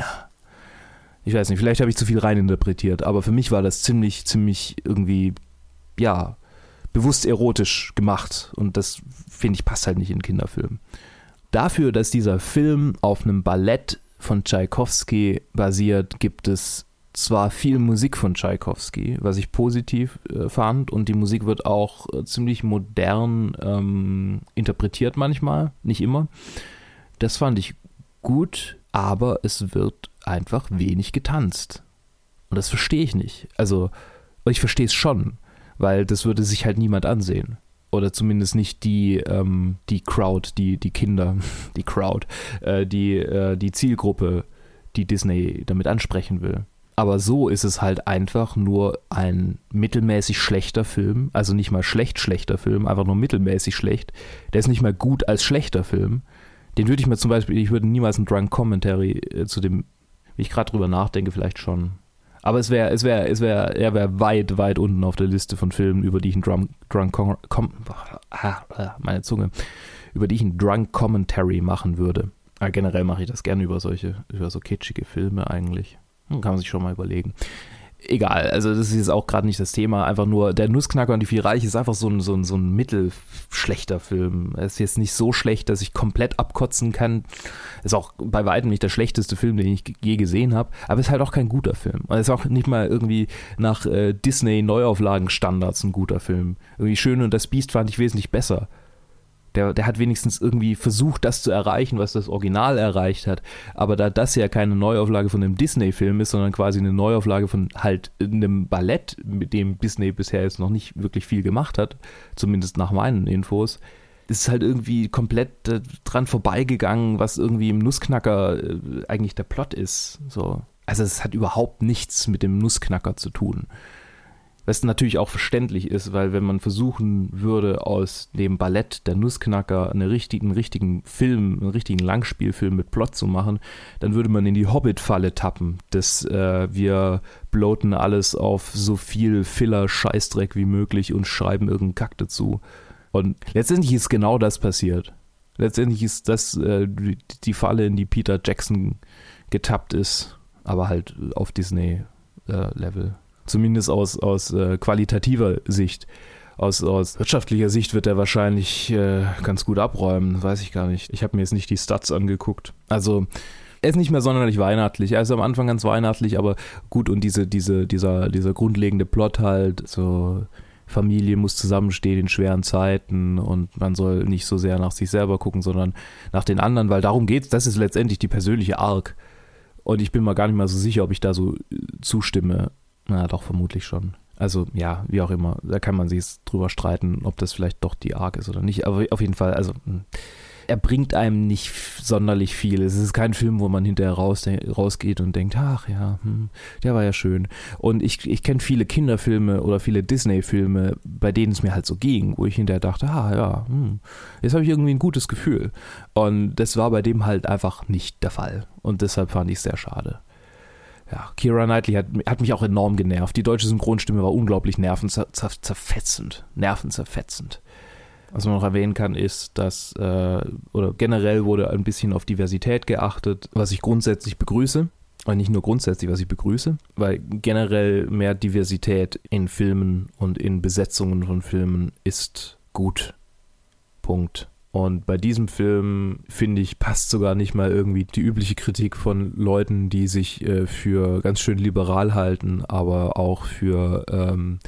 Ich weiß nicht, vielleicht habe ich zu viel reininterpretiert, aber für mich war das ziemlich, ziemlich irgendwie, ja, bewusst erotisch gemacht und das, finde ich, passt halt nicht in einen Kinderfilm. Dafür, dass dieser Film auf einem Ballett von Tschaikowski basiert, gibt es zwar viel Musik von Tschaikowski, was ich positiv äh, fand, und die Musik wird auch äh, ziemlich modern ähm, interpretiert manchmal, nicht immer. Das fand ich gut, aber es wird einfach wenig getanzt. Und das verstehe ich nicht. Also, ich verstehe es schon, weil das würde sich halt niemand ansehen. Oder zumindest nicht die, ähm, die Crowd, die, die Kinder, die Crowd, äh, die, äh, die Zielgruppe, die Disney damit ansprechen will. Aber so ist es halt einfach nur ein mittelmäßig schlechter Film, also nicht mal schlecht schlechter Film, einfach nur mittelmäßig schlecht. Der ist nicht mal gut als schlechter Film. Den würde ich mir zum Beispiel, ich würde niemals einen Drunk Commentary äh, zu dem, wie ich gerade drüber nachdenke, vielleicht schon. Aber es wäre, es wäre, es wäre, er wäre weit, weit unten auf der Liste von Filmen, über die ich einen Drunk, Drunk Com, Com, ah, meine Zunge, über die ich einen Drunk Commentary machen würde. Aber generell mache ich das gerne über solche, über so kitschige Filme eigentlich. Kann man sich schon mal überlegen. Egal, also das ist jetzt auch gerade nicht das Thema, einfach nur, der Nussknacker und die Vier Reiche ist einfach so ein, so ein, so ein mittelschlechter Film. Er ist jetzt nicht so schlecht, dass ich komplett abkotzen kann. Ist auch bei weitem nicht der schlechteste Film, den ich je gesehen habe, aber ist halt auch kein guter Film. Er ist auch nicht mal irgendwie nach äh, Disney-Neuauflagen-Standards ein guter Film. Irgendwie Schön und das Biest fand ich wesentlich besser. Der, der hat wenigstens irgendwie versucht, das zu erreichen, was das Original erreicht hat. Aber da das ja keine Neuauflage von einem Disney-Film ist, sondern quasi eine Neuauflage von halt einem Ballett, mit dem Disney bisher jetzt noch nicht wirklich viel gemacht hat, zumindest nach meinen Infos, ist halt irgendwie komplett äh, dran vorbeigegangen, was irgendwie im Nussknacker äh, eigentlich der Plot ist. So. Also es hat überhaupt nichts mit dem Nussknacker zu tun. Was natürlich auch verständlich ist, weil wenn man versuchen würde, aus dem Ballett der Nussknacker einen richtigen, richtigen Film, einen richtigen Langspielfilm mit Plot zu machen, dann würde man in die Hobbit-Falle tappen, dass äh, wir bloaten alles auf so viel Filler-Scheißdreck wie möglich und schreiben irgendeinen Kack dazu. Und letztendlich ist genau das passiert. Letztendlich ist das äh, die Falle, in die Peter Jackson getappt ist, aber halt auf Disney-Level. Äh, Zumindest aus, aus äh, qualitativer Sicht. Aus, aus wirtschaftlicher Sicht wird er wahrscheinlich äh, ganz gut abräumen, weiß ich gar nicht. Ich habe mir jetzt nicht die Stats angeguckt. Also er ist nicht mehr sonderlich weihnachtlich. Er ist am Anfang ganz weihnachtlich, aber gut, und diese, diese, dieser, dieser grundlegende Plot halt, so Familie muss zusammenstehen in schweren Zeiten und man soll nicht so sehr nach sich selber gucken, sondern nach den anderen, weil darum geht's. Das ist letztendlich die persönliche Arc. Und ich bin mir gar nicht mal so sicher, ob ich da so zustimme. Na, doch, vermutlich schon. Also, ja, wie auch immer. Da kann man sich drüber streiten, ob das vielleicht doch die Arc ist oder nicht. Aber auf jeden Fall, also, er bringt einem nicht sonderlich viel. Es ist kein Film, wo man hinterher raus, rausgeht und denkt, ach ja, hm, der war ja schön. Und ich, ich kenne viele Kinderfilme oder viele Disney-Filme, bei denen es mir halt so ging, wo ich hinterher dachte, ah ja, hm, jetzt habe ich irgendwie ein gutes Gefühl. Und das war bei dem halt einfach nicht der Fall. Und deshalb fand ich es sehr schade. Ja, Keira Knightley hat, hat mich auch enorm genervt. Die deutsche Synchronstimme war unglaublich nervenzerfetzend. Nervenzerfetzend. Was man noch erwähnen kann, ist, dass, äh, oder generell wurde ein bisschen auf Diversität geachtet, was ich grundsätzlich begrüße. Aber nicht nur grundsätzlich, was ich begrüße, weil generell mehr Diversität in Filmen und in Besetzungen von Filmen ist gut. Punkt. Und bei diesem Film, finde ich, passt sogar nicht mal irgendwie die übliche Kritik von Leuten, die sich äh, für ganz schön liberal halten, aber auch für, ähm,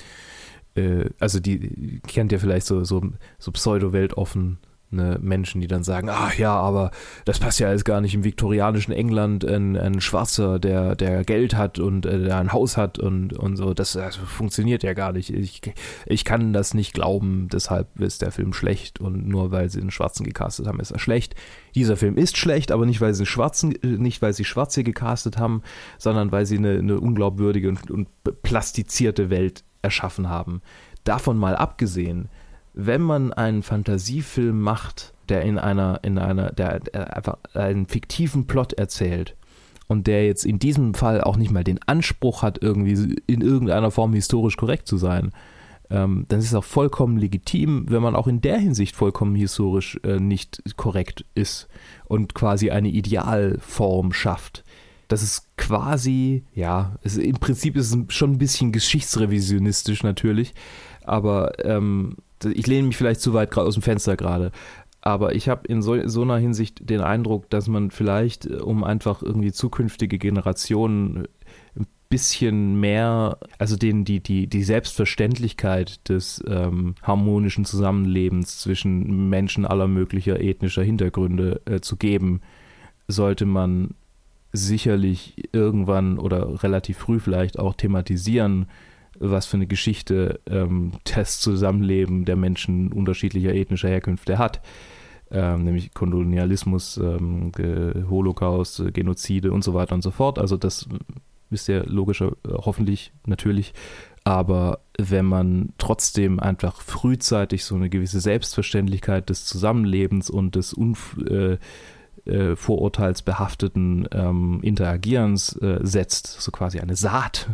äh, also die kennt ja vielleicht so, so, so pseudo-weltoffen Menschen, die dann sagen, ach ja, aber das passt ja alles gar nicht im viktorianischen England, ein, ein Schwarzer, der, der Geld hat und äh, der ein Haus hat und, und so, das, das funktioniert ja gar nicht. Ich, ich kann das nicht glauben, deshalb ist der Film schlecht und nur weil sie einen Schwarzen gecastet haben, ist er schlecht. Dieser Film ist schlecht, aber nicht, weil sie Schwarzen, nicht weil sie Schwarze gecastet haben, sondern weil sie eine, eine unglaubwürdige und, und plastizierte Welt erschaffen haben. Davon mal abgesehen, wenn man einen Fantasiefilm macht, der in einer, in einer, der, der einfach einen fiktiven Plot erzählt und der jetzt in diesem Fall auch nicht mal den Anspruch hat, irgendwie in irgendeiner Form historisch korrekt zu sein, ähm, dann ist es auch vollkommen legitim, wenn man auch in der Hinsicht vollkommen historisch äh, nicht korrekt ist und quasi eine Idealform schafft. Das ist quasi, ja, es, im Prinzip ist es schon ein bisschen geschichtsrevisionistisch natürlich, aber ähm, ich lehne mich vielleicht zu weit aus dem Fenster gerade, aber ich habe in so, so einer Hinsicht den Eindruck, dass man vielleicht, um einfach irgendwie zukünftige Generationen ein bisschen mehr, also denen die, die, die Selbstverständlichkeit des ähm, harmonischen Zusammenlebens zwischen Menschen aller möglicher ethnischer Hintergründe äh, zu geben, sollte man sicherlich irgendwann oder relativ früh vielleicht auch thematisieren, was für eine Geschichte ähm, das Zusammenleben der Menschen unterschiedlicher ethnischer Herkünfte hat, ähm, nämlich Kolonialismus, ähm, Holocaust, Genozide und so weiter und so fort. Also das ist ja logischer, hoffentlich, natürlich. Aber wenn man trotzdem einfach frühzeitig so eine gewisse Selbstverständlichkeit des Zusammenlebens und des Unf- äh, äh, vorurteilsbehafteten ähm, Interagierens äh, setzt, so quasi eine Saat,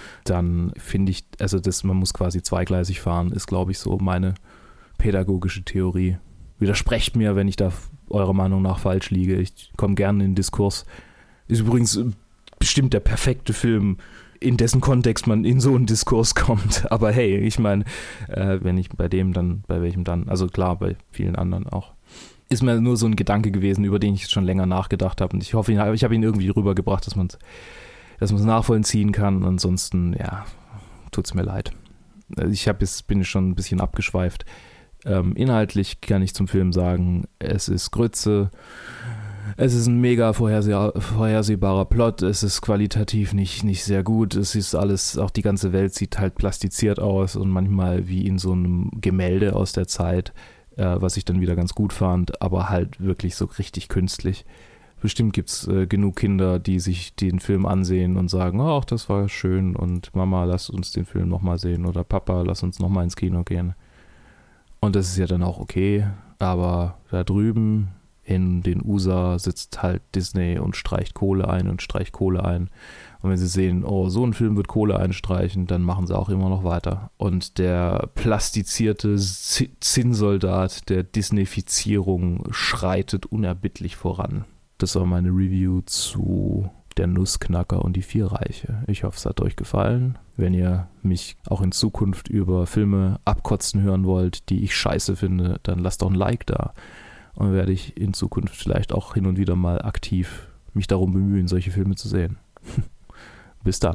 dann finde ich, also das, man muss quasi zweigleisig fahren, ist, glaube ich, so meine pädagogische Theorie. Widersprecht mir, wenn ich da eurer Meinung nach falsch liege. Ich komme gerne in den Diskurs. Ist übrigens bestimmt der perfekte Film, in dessen Kontext man in so einen Diskurs kommt. Aber hey, ich meine, äh, wenn nicht bei dem, dann bei welchem dann? Also klar, bei vielen anderen auch. Ist mir nur so ein Gedanke gewesen, über den ich schon länger nachgedacht habe. Und ich hoffe, ich habe ihn irgendwie rübergebracht, dass man es dass man es nachvollziehen kann. Ansonsten, ja, tut's mir leid. Ich hab jetzt, bin schon ein bisschen abgeschweift. Ähm, inhaltlich kann ich zum Film sagen, es ist Grütze, es ist ein mega vorherseh- vorhersehbarer Plot, es ist qualitativ nicht, nicht sehr gut, es ist alles, auch die ganze Welt sieht halt plastiziert aus und manchmal wie in so einem Gemälde aus der Zeit, äh, was ich dann wieder ganz gut fand, aber halt wirklich so richtig künstlich. Bestimmt gibt es äh, genug Kinder, die sich den Film ansehen und sagen, ach, das war schön und Mama, lass uns den Film nochmal sehen oder Papa, lass uns nochmal ins Kino gehen. Und das ist ja dann auch okay, aber da drüben in den U S A sitzt halt Disney und streicht Kohle ein und streicht Kohle ein. Und wenn sie sehen, oh, so ein Film wird Kohle einstreichen, dann machen sie auch immer noch weiter. Und der plastizierte Z- Zinnsoldat der Disneyfizierung schreitet unerbittlich voran. Das war meine Review zu Der Nussknacker und die Vier Reiche. Ich hoffe, es hat euch gefallen. Wenn ihr mich auch in Zukunft über Filme abkotzen hören wollt, die ich scheiße finde, dann lasst doch ein Like da. Und werde ich in Zukunft vielleicht auch hin und wieder mal aktiv mich darum bemühen, solche Filme zu sehen. Bis dann.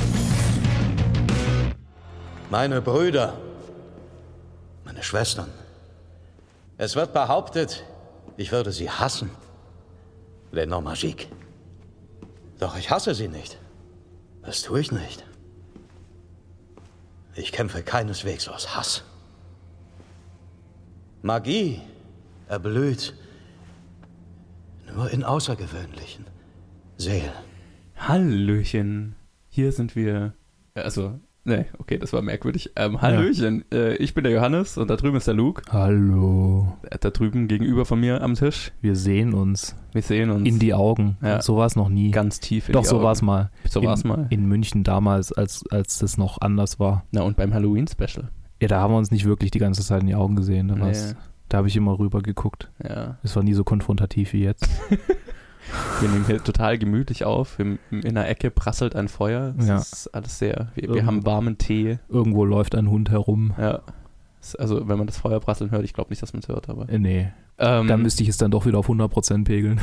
Meine Brüder, meine Schwestern. Es wird behauptet, ich würde sie hassen. Les Noms Magiques. Doch ich hasse sie nicht. Das tue ich nicht. Ich kämpfe keineswegs aus Hass. Magie erblüht nur in außergewöhnlichen Seelen. Hallöchen, hier sind wir. Also, ne, okay, das war merkwürdig. Ähm, Hallöchen, ja. äh, ich bin der Johannes und da drüben ist der Luke. Hallo. Da drüben gegenüber von mir am Tisch. Wir sehen uns. Wir sehen uns. In die Augen. Ja. So war es noch nie. Ganz tief in Doch, die so Augen. war es mal. So war es mal. In München damals, als, als das noch anders war. Na, und beim Halloween-Special. Ja, da haben wir uns nicht wirklich die ganze Zeit in die Augen gesehen. Da, Nee. da habe ich immer rüber geguckt. Ja. Es war nie so konfrontativ wie jetzt. Wir nehmen hier total gemütlich auf. In, in der Ecke prasselt ein Feuer. Es Ja. ist alles sehr. Wir, wir haben warmen Tee. Irgendwo läuft ein Hund herum. Ja. Es- Also, wenn man das Feuer prasseln hört, ich glaube nicht, dass man es hört, aber. Äh, nee, Ähm, da müsste ich es dann doch wieder auf hundert Prozent pegeln.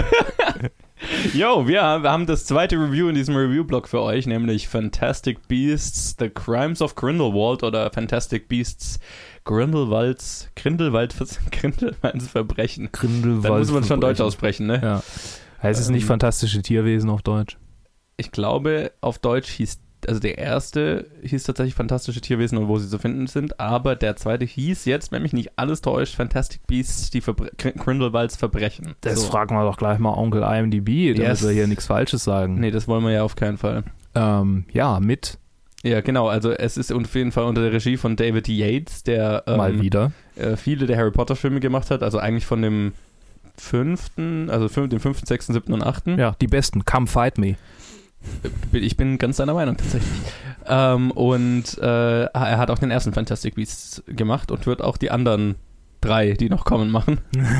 Yo, wir, wir haben das zweite Review in diesem Review-Blog für euch, nämlich Fantastic Beasts, The Crimes of Grindelwald oder Fantastic Beasts, Grindelwalds, Grindelwald, Grindelwalds Verbrechen. Grindelwald. Da muss man schon Deutsch Verbrechen. aussprechen, ne? Ja. Heißt es nicht Ähm, fantastische Tierwesen auf Deutsch? Ich glaube, auf Deutsch hieß, also der erste hieß tatsächlich Fantastische Tierwesen und wo sie zu finden sind, aber der zweite hieß jetzt, wenn mich nicht alles täuscht, Fantastic Beasts, die Verbre Grindelwalds Verbrechen. Das So. fragen wir doch gleich mal Onkel I M D B, damit Yes. wir hier nichts Falsches sagen. Nee, das wollen wir ja auf keinen Fall. Ähm, ja, mit Ja, genau, also es ist auf jeden Fall unter der Regie von David Yates, der ähm, mal wieder. äh, viele der Harry Potter Filme gemacht hat, also eigentlich von dem fünften, also fünf, dem fünften, sechsten, siebten und achten. Ja, die besten. Come fight me. Ich bin ganz deiner Meinung tatsächlich. Ähm, und äh, er hat auch den ersten Fantastic Beasts gemacht und wird auch die anderen drei, die noch kommen, machen.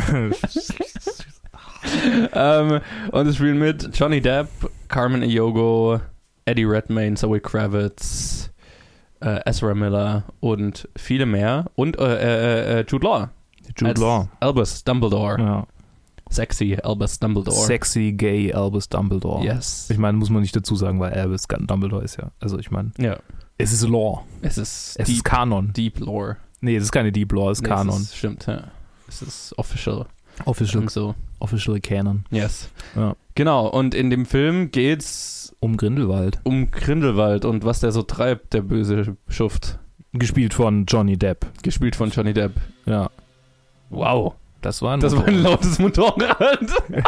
ähm, und es spielen mit Johnny Depp, Carmen Ejogo, Eddie Redmayne, Zoe Kravitz, äh, Ezra Miller und viele mehr. Und äh, äh, Jude Law. Jude als Law. Albus Dumbledore. Ja. Sexy Albus Dumbledore. Sexy, gay Albus Dumbledore. Yes. Ich meine, muss man nicht dazu sagen, weil Albus Dumbledore ist ja. Also ich meine, Ja. es ist Law. Es ist Es deep, ist Kanon. deep Lore. Nee, es ist keine Deep Law, es ist Nee, Kanon. Es ist, stimmt, ja. Es ist official. Official, Und so. official Canon. Yes. Ja. Genau, und in dem Film geht's Um Grindelwald. um Grindelwald und was der so treibt, der böse Schuft. Gespielt von Johnny Depp. Gespielt von Johnny Depp. Ja. Wow. Das war ein Das war ein Motorrad. lautes Motorrad.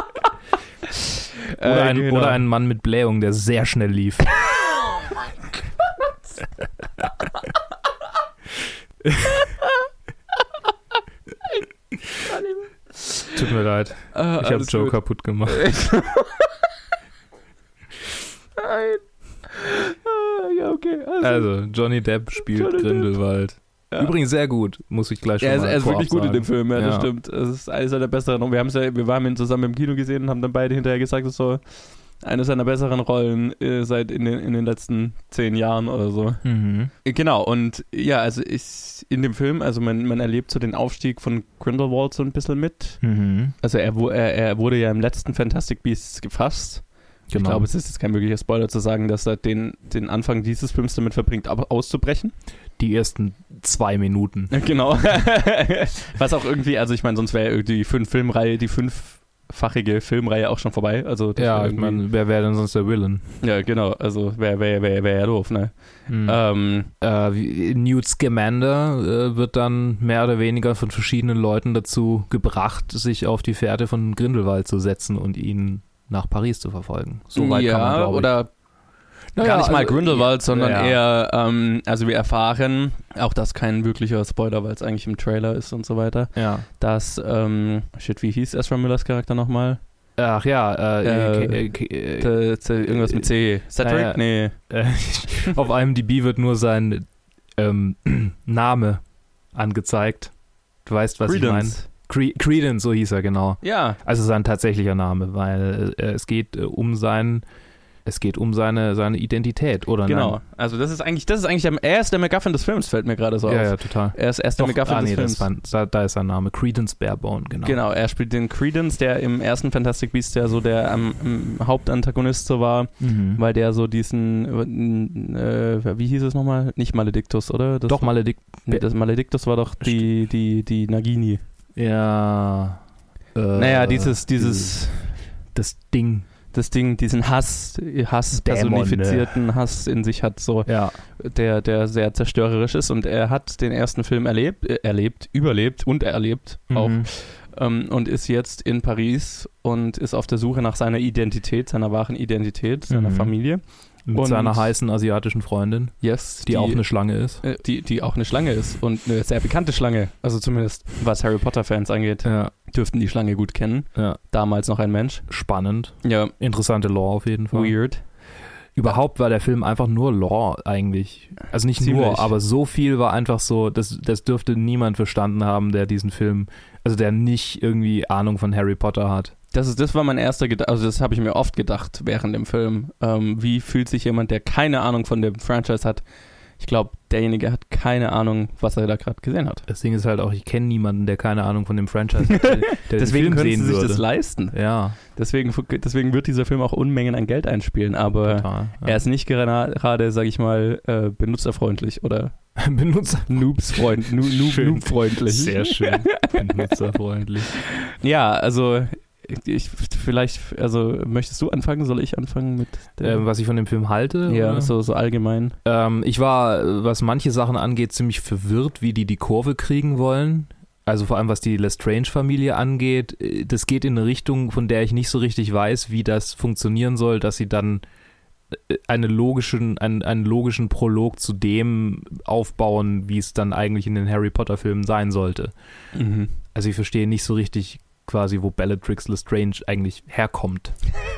Oder, ein, Äh, genau. oder ein Mann mit Blähung, der sehr schnell lief. Tut mir leid. Ah, Ich habe alles Joe gut. kaputt gemacht. Nein. Ah, ja, okay. Also, Also, Johnny Depp spielt Johnny Depp. Grindelwald. Ja. Übrigens sehr gut, muss ich gleich schon er ist, mal er ist vorab wirklich gut in sagen. dem Film, ja, das Ja. stimmt. Es ist eines seiner besseren. Und wir, haben's ja, wir haben ihn zusammen im Kino gesehen und haben dann beide hinterher gesagt, das ist so eine seiner besseren Rollen äh, seit in den, in den letzten zehn Jahren oder so. Mhm. Äh, Genau, und ja, also ich in dem Film, also man, man erlebt so den Aufstieg von Grindelwald so ein bisschen mit. Mhm. Also er, wu- er, er wurde ja im letzten Fantastic Beasts gefasst. Ich Genau. glaube, es ist jetzt kein wirklicher Spoiler zu sagen, dass er den, den Anfang dieses Films damit verbringt, ab- auszubrechen. die ersten zwei Minuten. Genau. Was auch irgendwie, also ich meine, sonst wäre irgendwie die fünf Filmreihe, die fünffachige Filmreihe auch schon vorbei. Also ja, ich meine, wer wäre denn sonst der Villain? Ja, genau, also wäre wär, wär, wär ja doof, ne? Mhm. Ähm, äh, wie, Newt Scamander äh, wird dann mehr oder weniger von verschiedenen Leuten dazu gebracht, sich auf die Fährte von Grindelwald zu setzen und ihn nach Paris zu verfolgen. So weit ja, kann man, glaube ich. Oder Naja, gar nicht mal also, Grindelwald, sondern ja. eher, ähm, also wir erfahren, auch das kein wirklicher Spoiler, weil es eigentlich im Trailer ist und so weiter, Ja. dass, ähm, shit, wie hieß Ezra Millers Charakter nochmal? Ach ja, äh, Äh, äh, K- äh, T- T- irgendwas mit C. Cedric? naja. Nee. äh, auf I M D B wird nur sein ähm, Name angezeigt. Du weißt, was ich meine. Credence. Cre- Credence, so hieß er, genau. Ja. Also sein tatsächlicher Name, weil äh, es geht äh, um sein, es geht um seine, seine Identität, oder Genau. nein? Also das ist eigentlich, das ist eigentlich der, er ist der MacGuffin des Films, fällt mir gerade so Ja, auf. ja, total. Er ist erst der Doch, MacGuffin ah, des nee, das Films. ist sein, da ist sein Name. Credence Barebone, genau. Genau, er spielt den Credence, der im ersten Fantastic Beasts ja so der ähm, ähm, Hauptantagonist so war, Mhm. weil der so diesen, äh, wie hieß es nochmal? Nicht Maledictus, oder? Das Doch, war, Maledikt. nee, das Maledictus war doch die, die, die Nagini. Ja. Äh, Naja, dieses, dieses, Das Ding. das Ding, diesen Hass, Hass, Dämon, personifizierten Hass in sich hat, so, Ja. der, der sehr zerstörerisch ist, und er hat den ersten Film erlebt, äh, erlebt, überlebt und erlebt auch, Mhm. ähm, und ist jetzt in Paris und ist auf der Suche nach seiner Identität, seiner wahren Identität, seiner Mhm. Familie. Mit Und- seiner heißen asiatischen Freundin, Yes, die, auch eine Schlange ist. äh, die, die auch eine Schlange ist und eine sehr bekannte Schlange, also zumindest was Harry Potter Fans angeht, Ja. dürften die Schlange gut kennen. Ja. Damals noch ein Mensch. Spannend. Ja, Interessante Lore auf jeden Fall. weird. Überhaupt war der Film einfach nur Lore eigentlich. Also nicht Ziemlich. nur, aber so viel war einfach so, das, das dürfte niemand verstanden haben, der diesen Film, also der nicht irgendwie Ahnung von Harry Potter hat. Das, ist, das war mein erster Gedanke, also das habe ich mir oft gedacht während dem Film. Ähm, wie fühlt sich jemand, der keine Ahnung von dem Franchise hat? Ich glaube, derjenige hat keine Ahnung, was er da gerade gesehen hat. Das Ding ist halt auch, ich kenne niemanden, der keine Ahnung von dem Franchise hat, der, der Deswegen den Film können sie sehen sich würde. das leisten. Ja, Deswegen, deswegen wird dieser Film auch Unmengen an Geld einspielen, aber total. Ja. er ist nicht gerade, gerade sage ich mal, äh, benutzerfreundlich oder Benutzer. Noobsfreund, nu, noob, Schön. noobfreundlich. Sehr schön. Benutzerfreundlich. Ja, also ich, vielleicht, also möchtest du anfangen? Soll ich anfangen mit der, Ähm, was ich von dem Film halte? ja, oder? so, so allgemein. Ähm, ich war, was manche Sachen angeht, ziemlich verwirrt, wie die die Kurve kriegen wollen. Also vor allem, was die Lestrange-Familie angeht. Das geht in eine Richtung, von der ich nicht so richtig weiß, wie das funktionieren soll, dass sie dann eine logischen, einen, einen logischen Prolog zu dem aufbauen, wie es dann eigentlich in den Harry Potter-Filmen sein sollte. Mhm. Also ich verstehe nicht so richtig quasi, wo Bellatrix Lestrange eigentlich herkommt.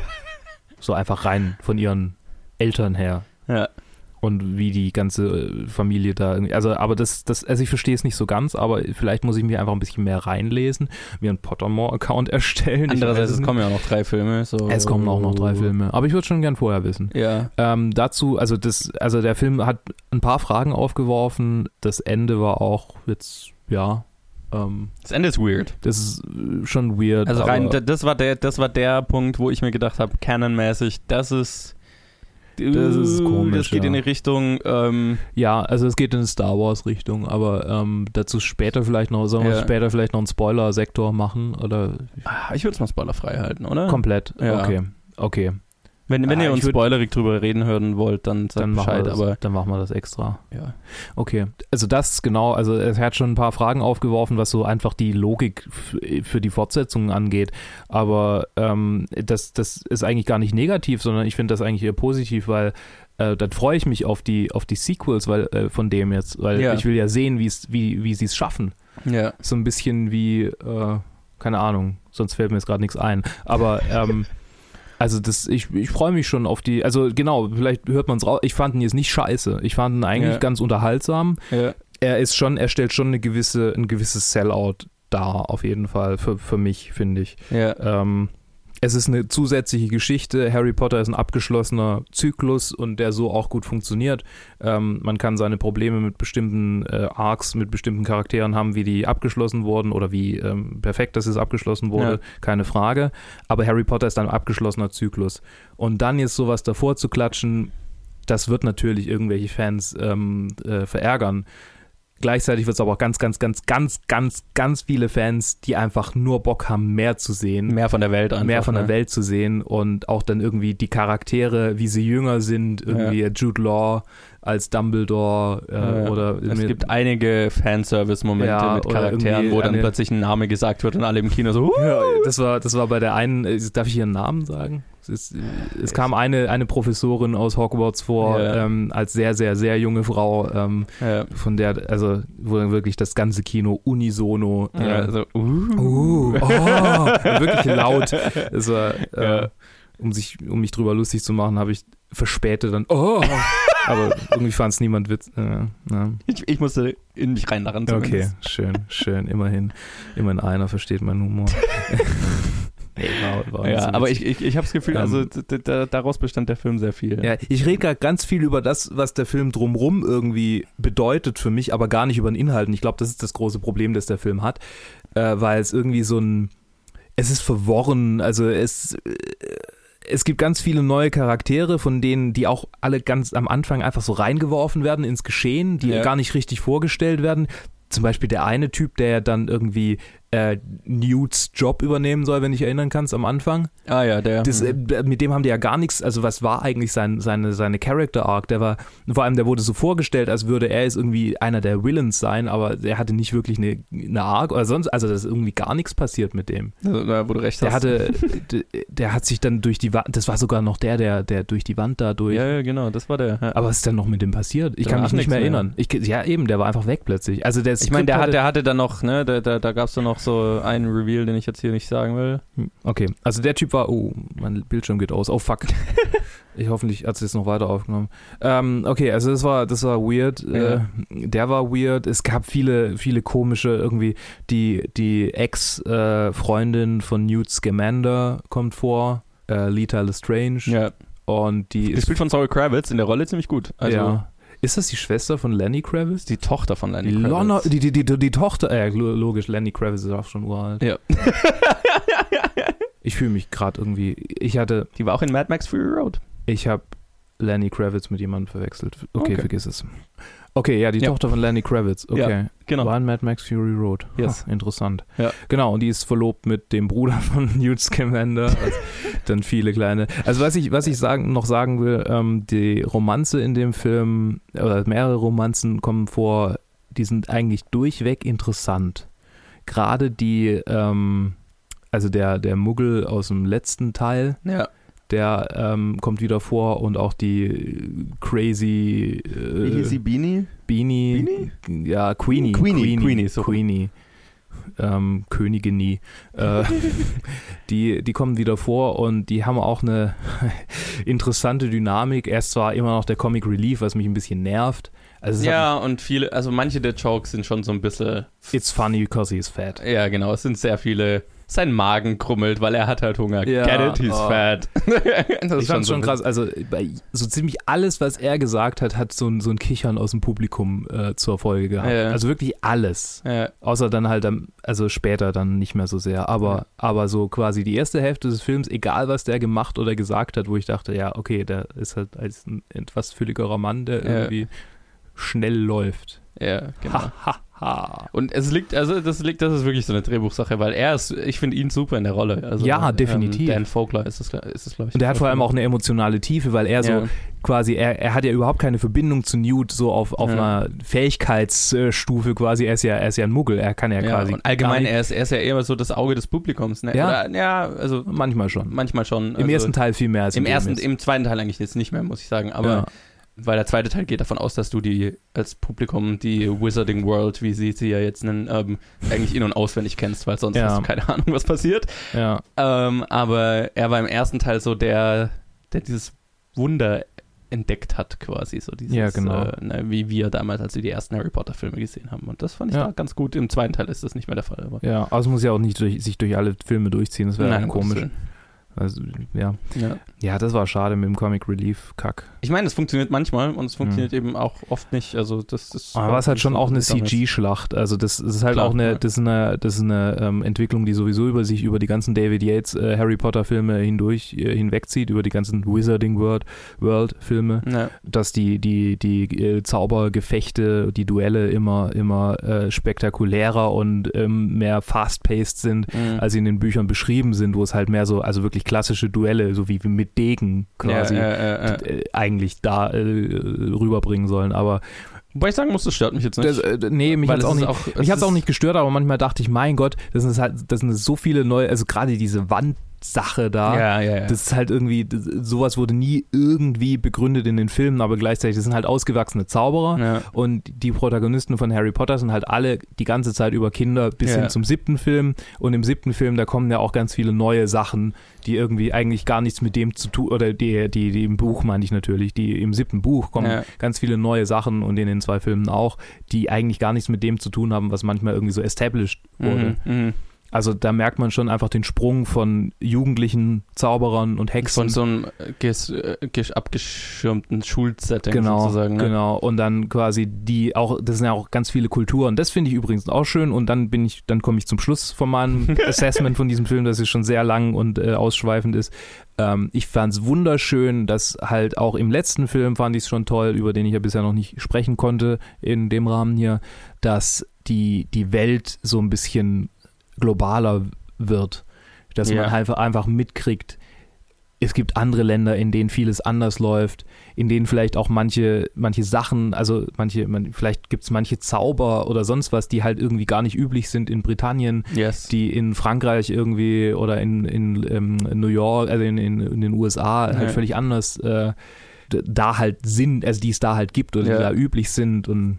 So einfach rein von ihren Eltern her. Ja. Und wie die ganze Familie da irgendwie, also aber das, das, also ich verstehe es nicht so ganz, aber vielleicht muss ich mich einfach ein bisschen mehr reinlesen, mir einen Pottermore-Account erstellen. Ich Andererseits, weiß es nicht. kommen ja auch noch drei Filme. So. Es kommen auch noch drei Filme, aber ich würde schon gern vorher wissen. Ja. Ähm, dazu, also das, also der Film hat ein paar Fragen aufgeworfen, das Ende war auch jetzt, ja, ähm, Das Ende ist weird. das ist äh, schon weird. Also rein, aber d- das war der, das war der Punkt, wo ich mir gedacht habe, canonmäßig, das ist Das ist uh, komisch, Das geht ja. in eine Richtung, ähm, ja, also es geht in eine Star Wars Richtung, aber ähm, dazu später vielleicht noch, sollen wir Ja. später vielleicht noch einen Spoiler-Sektor machen oder ah, ich würde es mal spoilerfrei halten, oder? komplett? Ja. Okay, okay. Wenn, wenn Ah, ihr ich uns würd- spoilerig drüber reden hören wollt, dann sagt Dann machen, wir Bescheid, das, aber dann machen wir das extra. ja. Okay, also das genau, also es hat schon ein paar Fragen aufgeworfen, was so einfach die Logik f- für die Fortsetzungen angeht, aber ähm, das, das ist eigentlich gar nicht negativ, sondern ich finde das eigentlich eher positiv, weil äh, dann freue ich mich auf die, auf die Sequels weil, äh, von dem jetzt, weil Ja. ich will ja sehen, wie's, wie, wie sie es schaffen. Ja. So ein bisschen wie, äh, keine Ahnung, sonst fällt mir jetzt gerade nichts ein, aber ähm, also das, ich, ich freue mich schon auf die, also genau, vielleicht hört man es raus, ich fand ihn jetzt nicht scheiße, ich fand ihn eigentlich Ja. ganz unterhaltsam. Ja. Er ist schon, er stellt schon eine gewisse, ein gewisses Sellout dar, auf jeden Fall, für, für mich, finde ich. Ja. Ähm, es ist eine zusätzliche Geschichte. Harry Potter ist ein abgeschlossener Zyklus und der so auch gut funktioniert. Ähm, man kann seine Probleme mit bestimmten äh, Arcs, mit bestimmten Charakteren haben, wie die abgeschlossen wurden oder wie ähm, perfekt das ist abgeschlossen wurde, Ja. keine Frage. Aber Harry Potter ist ein abgeschlossener Zyklus. Und dann jetzt sowas davor zu klatschen, das wird natürlich irgendwelche Fans ähm, äh, verärgern. Gleichzeitig wird es aber auch ganz, ganz, ganz, ganz, ganz, ganz viele Fans, die einfach nur Bock haben, mehr zu sehen. Mehr von der Welt einfach. Mehr von ne? der Welt zu sehen und auch dann irgendwie die Charaktere, wie sie jünger sind, irgendwie Ja. Jude Law als Dumbledore äh, Ja. oder Es mit, gibt einige Fanservice-Momente Ja, mit oder Charakteren, irgendwie wo dann eine- plötzlich ein Name gesagt wird und alle im Kino so, uh, ja, das war, das war bei der einen, äh, darf ich hier einen Namen sagen? Es, ist, es kam eine, eine Professorin aus Hogwarts vor, Ja. ähm, als sehr, sehr, sehr junge Frau, ähm, ja, von der, also wo dann wirklich das ganze Kino unisono äh, ja, so, uh, Uh, oh, wirklich laut. Es war, äh, Ja. um, sich, um mich drüber lustig zu machen, habe ich verspätet dann, oh, aber irgendwie fand es niemand witz. Äh, ja. ich, ich musste in mich reinlachen. Okay, zumindest. schön, schön, immerhin. Immerhin einer versteht meinen Humor. Nee, war, war nicht Ja, so aber witzig. ich, ich, ich habe das Gefühl, Ähm, also d- d- daraus bestand der Film sehr viel. Ja, ich rede gerade ganz viel über das, was der Film drumrum irgendwie bedeutet für mich, aber gar nicht über den Inhalt. Und ich glaube, das ist das große Problem, das der Film hat, äh, weil es irgendwie so ein, es ist verworren, also es, äh, es gibt ganz viele neue Charaktere, von denen, die auch alle ganz am Anfang einfach so reingeworfen werden ins Geschehen, die Ja. gar nicht richtig vorgestellt werden. Zum Beispiel der eine Typ, der dann irgendwie äh, Newts Job übernehmen soll, wenn ich erinnern kannst, am Anfang. Ah ja, der. Das, äh, mit dem haben die ja gar nichts, also was war eigentlich sein, seine, seine Character Arc, der war, vor allem der wurde so vorgestellt, als würde er jetzt irgendwie einer der Villains sein, aber er hatte nicht wirklich eine, eine Arc oder sonst, also da ist irgendwie gar nichts passiert mit dem. Also, da, wo du recht Der hast. hatte, der, der hat sich dann durch die Wand, das war sogar noch der, der, der durch die Wand da durch, Ja, ja, genau, das war der. Ja. aber was ist denn noch mit dem passiert? Ich kann Danach mich nicht mehr nichts mehr. erinnern. Ich, ja eben, der war einfach weg plötzlich. Also der Ich meine, der, Skript hat, der hatte dann noch, ne, da, da, da gab es dann noch so einen Reveal, den ich jetzt hier nicht sagen will. Okay, also der Typ war, oh, mein Bildschirm geht aus, oh fuck. Ich hoffentlich hat es jetzt noch weiter aufgenommen. Ähm, okay, also das war, das war weird. Ja. Äh, der war weird. Es gab viele, viele komische, irgendwie die, die Ex-Freundin von Newt Scamander kommt vor, äh, Lita Lestrange. Ja. Und die ist, Gespielt von Zoe Kravitz in der Rolle ziemlich gut. Also ja. Ist das die Schwester von Lenny Kravitz? die Tochter von Lenny Die, Kravitz. Lonna, die, die, die, die Tochter, äh, logisch, Lenny Kravitz ist auch schon uralt. Ja. Ich fühle mich gerade irgendwie, ich hatte, Die war auch in Mad Max Fury Road. ich habe Lenny Kravitz mit jemandem verwechselt. Okay, Okay. vergiss es. Okay, ja, die Ja. Tochter von Lenny Kravitz. Okay. Ja, genau. War in Mad Max Fury Road. Yes. Ha, interessant. Ja. Genau, und die ist verlobt mit dem Bruder von Newt Scamander. Also dann viele kleine. Also was ich, was ich sagen, noch sagen will, ähm, die Romanze in dem Film, oder mehrere Romanzen kommen vor, die sind eigentlich durchweg interessant. Gerade die, ähm, also der, der Muggel aus dem letzten Teil, Ja. der ähm, kommt wieder vor und auch die crazy äh, Wie hieß sie, Beanie? Beanie? Ja, Queenie. Queenie, Queenie, Queenie, so. Queenie. Ähm, Königin. Äh, die, die kommen wieder vor und die haben auch eine interessante Dynamik. Er ist zwar immer noch der Comic Relief, was mich ein bisschen nervt. Also es Ja, und viele, also manche der Jokes sind schon so ein bisschen. hat, it's funny because he's fat. Ja, genau, es sind sehr viele. Sein Magen krummelt, weil er hat halt Hunger. Ja, Get it, he's oh. fat. Das Ich fand so schon ein krass, also bei so ziemlich alles, was er gesagt hat, hat so ein, so ein Kichern aus dem Publikum äh, zur Folge gehabt. Ja. Also wirklich alles. bisschen- Ja, Außer dann halt, am- also später dann nicht mehr so sehr. Aber, Ja. aber so quasi die erste Hälfte des Films, egal was der gemacht oder gesagt hat, wo ich dachte, ja, okay, der ist halt als ein etwas fülligerer Mann, der Ja. irgendwie schnell läuft. ja, genau. Ha, ha, ha. Und es liegt, also das liegt, das ist wirklich so eine Drehbuchsache, weil er ist, ich finde ihn super in der Rolle. Also, Ja, definitiv. Ähm, Dan Fogler ist es, ist es glaube ich. Und der hat vor allem auch eine emotionale Tiefe, weil er so Ja. quasi, er, er hat ja überhaupt keine Verbindung zu Newt, so auf, auf Ja. einer Fähigkeitsstufe quasi. Er ist ja, er ist ja ein Muggel, er kann ja, Ja, quasi. und allgemein, gar nicht- er ist, er ist ja eher so das Auge des Publikums. Ne? Ja. Oder, ja, also manchmal schon. manchmal schon. Im also ersten Teil viel mehr als Im dem ersten, jetzt. im zweiten Teil eigentlich jetzt nicht mehr, muss ich sagen. Aber Ja. weil der zweite Teil geht davon aus, dass du die als Publikum die Wizarding World, wie sie sie ja jetzt nennen, ähm, eigentlich in- und auswendig kennst, weil sonst Ja. hast du keine Ahnung, was passiert. Ja. Ähm, aber er war im ersten Teil so der, der dieses Wunder entdeckt hat, quasi. So dieses, Ja, genau. äh, ne, wie wir damals, als wir die ersten Harry Potter-Filme gesehen haben. Und das fand ich Ja. da ganz gut. Im zweiten Teil ist das nicht mehr der Fall. Aber Ja, aber es muss ja auch nicht durch, sich durch alle Filme durchziehen, das wäre Nein, dann um Gottes komisch. Willen. Also, ja. Ja. Ja, das war schade mit dem Comic Relief Kack. Ich meine, es funktioniert manchmal und es funktioniert mhm. eben auch oft nicht. Also das ist. Aber es ist halt schon auch eine C G-Schlacht. Also das, das ist halt Klar, auch eine, ja. das ist eine, das ist eine ähm, Entwicklung, die sowieso über sich über die ganzen David Yates äh, Harry Potter Filme hindurch äh, hinwegzieht, über die ganzen Wizarding World World Filme, ja. dass die die die äh, Zaubergefechte, die Duelle immer immer äh, spektakulärer und ähm, mehr fast-paced sind, mhm. als sie in den Büchern beschrieben sind, wo es halt mehr so, also wirklich klassische Duelle, so wie mit Degen quasi ja, ja, ja, ja. Äh, eigentlich da äh, rüberbringen sollen, aber wobei ich sagen muss, das stört mich jetzt nicht. Das, äh, nee, mich hat es auch nicht, auch, mich hat's auch nicht gestört, aber manchmal dachte ich, mein Gott, das sind halt, das sind so viele neue, also gerade diese Wand Sache da. Ja, ja, ja. Das ist halt irgendwie, das, sowas wurde nie irgendwie begründet in den Filmen, aber gleichzeitig, das sind halt ausgewachsene Zauberer ja. und die Protagonisten von Harry Potter sind halt alle die ganze Zeit über Kinder bis ja. hin zum siebten Film und im siebten Film, da kommen ja auch ganz viele neue Sachen, die irgendwie eigentlich gar nichts mit dem zu tun, oder die, die, die im Buch meine ich natürlich, die im siebten Buch kommen ja. ganz viele neue Sachen und in den zwei Filmen auch, die eigentlich gar nichts mit dem zu tun haben, was manchmal irgendwie so established wurde. Mhm, mh. Also da merkt man schon einfach den Sprung von jugendlichen Zauberern und Hexen. Von so einem ges- ges- abgeschirmten Schulsetting genau, sozusagen. Ne? Genau, und dann quasi die auch, das sind ja auch ganz viele Kulturen. Das finde ich übrigens auch schön und dann bin ich, dann komme ich zum Schluss von meinem Assessment von diesem Film, das ist schon sehr lang und äh, ausschweifend ist. Ähm, ich fand es wunderschön, dass halt auch im letzten Film fand ich es schon toll, über den ich ja bisher noch nicht sprechen konnte in dem Rahmen hier, dass die, die Welt so ein bisschen globaler wird, dass ja. man halt einfach mitkriegt, es gibt andere Länder, in denen vieles anders läuft, in denen vielleicht auch manche, manche Sachen, also manche, man, vielleicht gibt es manche Zauber oder sonst was, die halt irgendwie gar nicht üblich sind in Britannien, yes. die in Frankreich irgendwie oder in, in, ähm, in New York, also in, in, in den U S A halt ja. völlig anders äh, da halt sind, also die es da halt gibt oder ja. die da üblich sind und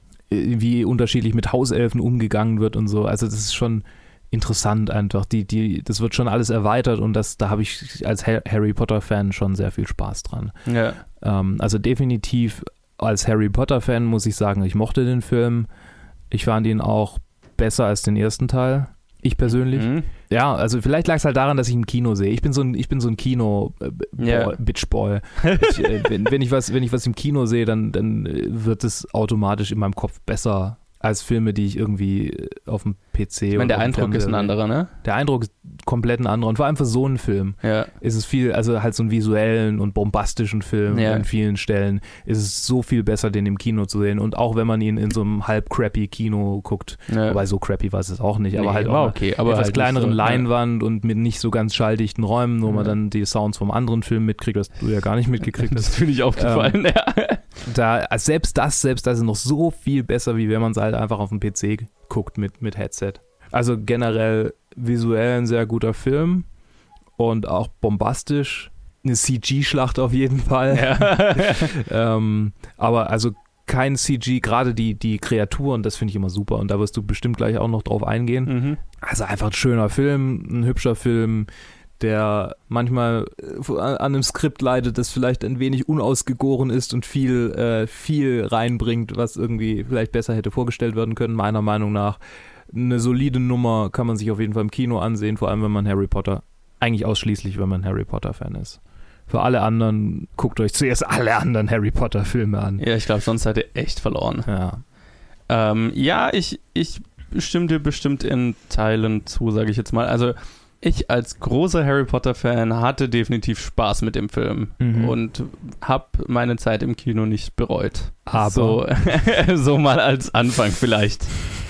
wie unterschiedlich mit Hauselfen umgegangen wird und so. Also das ist schon interessant einfach. Die, die, das wird schon alles erweitert und das, da habe ich als Harry Potter-Fan schon sehr viel Spaß dran. Ja. Ähm, also definitiv als Harry Potter-Fan muss ich sagen, ich mochte den Film. Ich fand ihn auch besser als den ersten Teil. Ich persönlich. Mhm. Ja, also vielleicht lag es halt daran, dass ich im Kino sehe. Ich bin so ein, ich bin so ein Kino-Bitch-Boy. Yeah. Ich, äh, wenn, wenn, ich was, wenn ich was im Kino sehe, dann, dann wird es automatisch in meinem Kopf besser als Filme, die ich irgendwie auf dem P C. Ich meine, der Eindruck ist ein anderer, ne? Der Eindruck ist komplett ein anderer. Und vor allem für so einen Film ja. ist es viel, also halt so einen visuellen und bombastischen Film ja. an vielen Stellen, ist es so viel besser, den im Kino zu sehen. Und auch wenn man ihn in so einem halb crappy Kino guckt, ja. wobei so crappy war es auch nicht, aber nee, halt war auch okay, aber etwas halt kleineren so, Leinwand ja. und mit nicht so ganz schalldichten Räumen, wo ja. man dann die Sounds vom anderen Film mitkriegt, was du ja gar nicht mitgekriegt hast. Das finde ich aufgefallen, ähm, ja. Da, also selbst das, selbst das ist noch so viel besser, wie wenn man es halt einfach auf dem P C guckt mit, mit Headset. Also generell visuell ein sehr guter Film und auch bombastisch. Eine C G-Schlacht auf jeden Fall. Ja. ähm, aber also kein C G, gerade die, die Kreaturen, das finde ich immer super und da wirst du bestimmt gleich auch noch drauf eingehen. Mhm. Also einfach ein schöner Film, ein hübscher Film, der manchmal an einem Skript leidet, das vielleicht ein wenig unausgegoren ist und viel, äh, viel reinbringt, was irgendwie vielleicht besser hätte vorgestellt werden können, meiner Meinung nach. Eine solide Nummer kann man sich auf jeden Fall im Kino ansehen, vor allem wenn man Harry Potter, eigentlich ausschließlich, wenn man Harry Potter-Fan ist. Für alle anderen, guckt euch zuerst alle anderen Harry Potter-Filme an. Ja, ich glaube, sonst seid ihr echt verloren. Ja, ähm, ja ich, ich stimme dir bestimmt in Teilen zu, sage ich jetzt mal. Also ich als großer Harry Potter-Fan hatte definitiv Spaß mit dem Film mhm. und habe meine Zeit im Kino nicht bereut. Aber so, so mal als Anfang vielleicht.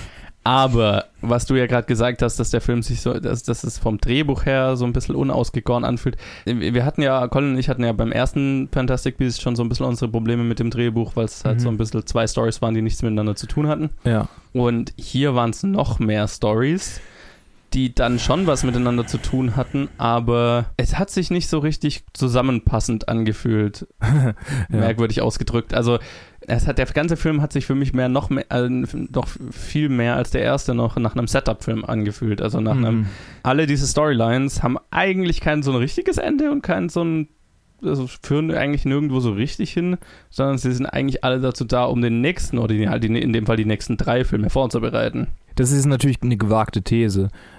Aber was du ja gerade gesagt hast, dass der Film sich so, dass, dass es vom Drehbuch her so ein bisschen unausgegoren anfühlt. Wir hatten ja, Colin und ich hatten ja beim ersten Fantastic Beasts schon so ein bisschen unsere Probleme mit dem Drehbuch, weil es halt mhm. so ein bisschen zwei Storys waren, die nichts miteinander zu tun hatten. Ja. Und hier waren es noch mehr Storys, die dann schon was miteinander zu tun hatten, aber es hat sich nicht so richtig zusammenpassend angefühlt. ja. Merkwürdig ausgedrückt. Also es hat, der ganze Film hat sich für mich mehr noch mehr, äh, noch viel mehr als der erste noch nach einem Setup-Film angefühlt. Also nach mhm. einem, alle diese Storylines haben eigentlich kein so ein richtiges Ende und kein so ein, also führen eigentlich nirgendwo so richtig hin, sondern sie sind eigentlich alle dazu da, um den nächsten oder die, in dem Fall die nächsten drei Filme vorzubereiten. Das ist natürlich eine gewagte These,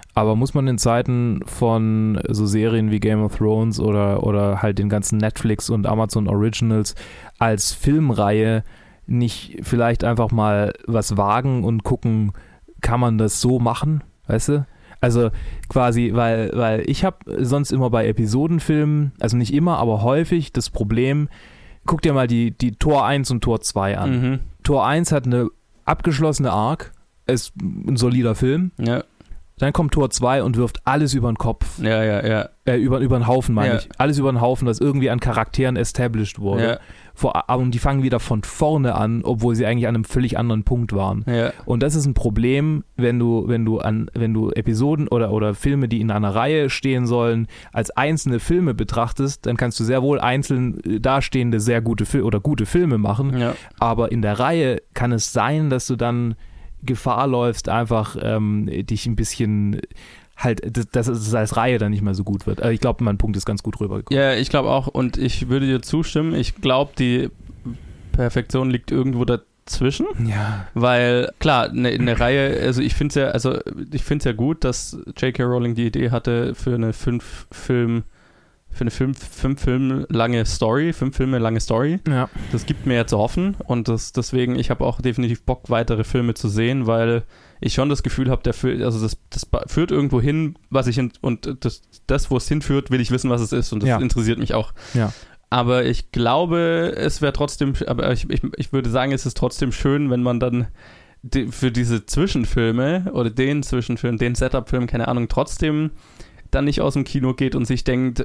Aber muss man in Zeiten von so Serien wie Game of Thrones oder, oder halt den ganzen Netflix und Amazon Originals als Filmreihe nicht vielleicht einfach mal was wagen und gucken, kann man das so machen, weißt du? Also quasi, weil, weil ich habe sonst immer bei Episodenfilmen, also nicht immer, aber häufig das Problem, guck dir mal die, die Tor eins und Tor zwei an. Mhm. Tor eins hat eine abgeschlossene Arc, ist ein solider Film. Ja. Dann kommt Tor zwei und wirft alles über den Kopf. Ja, ja, ja. Äh, über, über den Haufen, meine ja. ich. Alles über den Haufen, was irgendwie an Charakteren established wurde. Ja. Vor, und die fangen wieder von vorne an, obwohl sie eigentlich an einem völlig anderen Punkt waren. Ja. Und das ist ein Problem, wenn du, wenn du an, wenn du Episoden oder, oder Filme, die in einer Reihe stehen sollen, als einzelne Filme betrachtest, dann kannst du sehr wohl einzeln dastehende sehr gute Fil- oder gute Filme machen. Ja. Aber in der Reihe kann es sein, dass du dann Gefahr läufst, einfach ähm, dich ein bisschen halt, dass es als Reihe dann nicht mehr so gut wird. Also ich glaube, mein Punkt ist ganz gut rübergekommen. Ja, ich glaube auch und ich würde dir zustimmen. Ich glaube, die Perfektion liegt irgendwo dazwischen. Ja. Weil, klar, eine, eine Reihe, also ich finde es ja, also ich finde es ja gut, dass J K. Rowling die Idee hatte für eine fünf Film für eine fünf, fünf Film lange Story, fünf Filme lange Story. Ja. Das gibt mir ja zu hoffen und das, deswegen, ich habe auch definitiv Bock, weitere Filme zu sehen, weil ich schon das Gefühl habe, der Film, also das, das führt irgendwo hin, was ich in, und das, das wo es hinführt, will ich wissen, was es ist und das ja. interessiert mich auch. Ja. Aber ich glaube, es wäre trotzdem, aber ich, ich, ich würde sagen, es ist trotzdem schön, wenn man dann die, für diese Zwischenfilme oder den Zwischenfilm, den Setup-Film, keine Ahnung, trotzdem dann nicht aus dem Kino geht und sich denkt,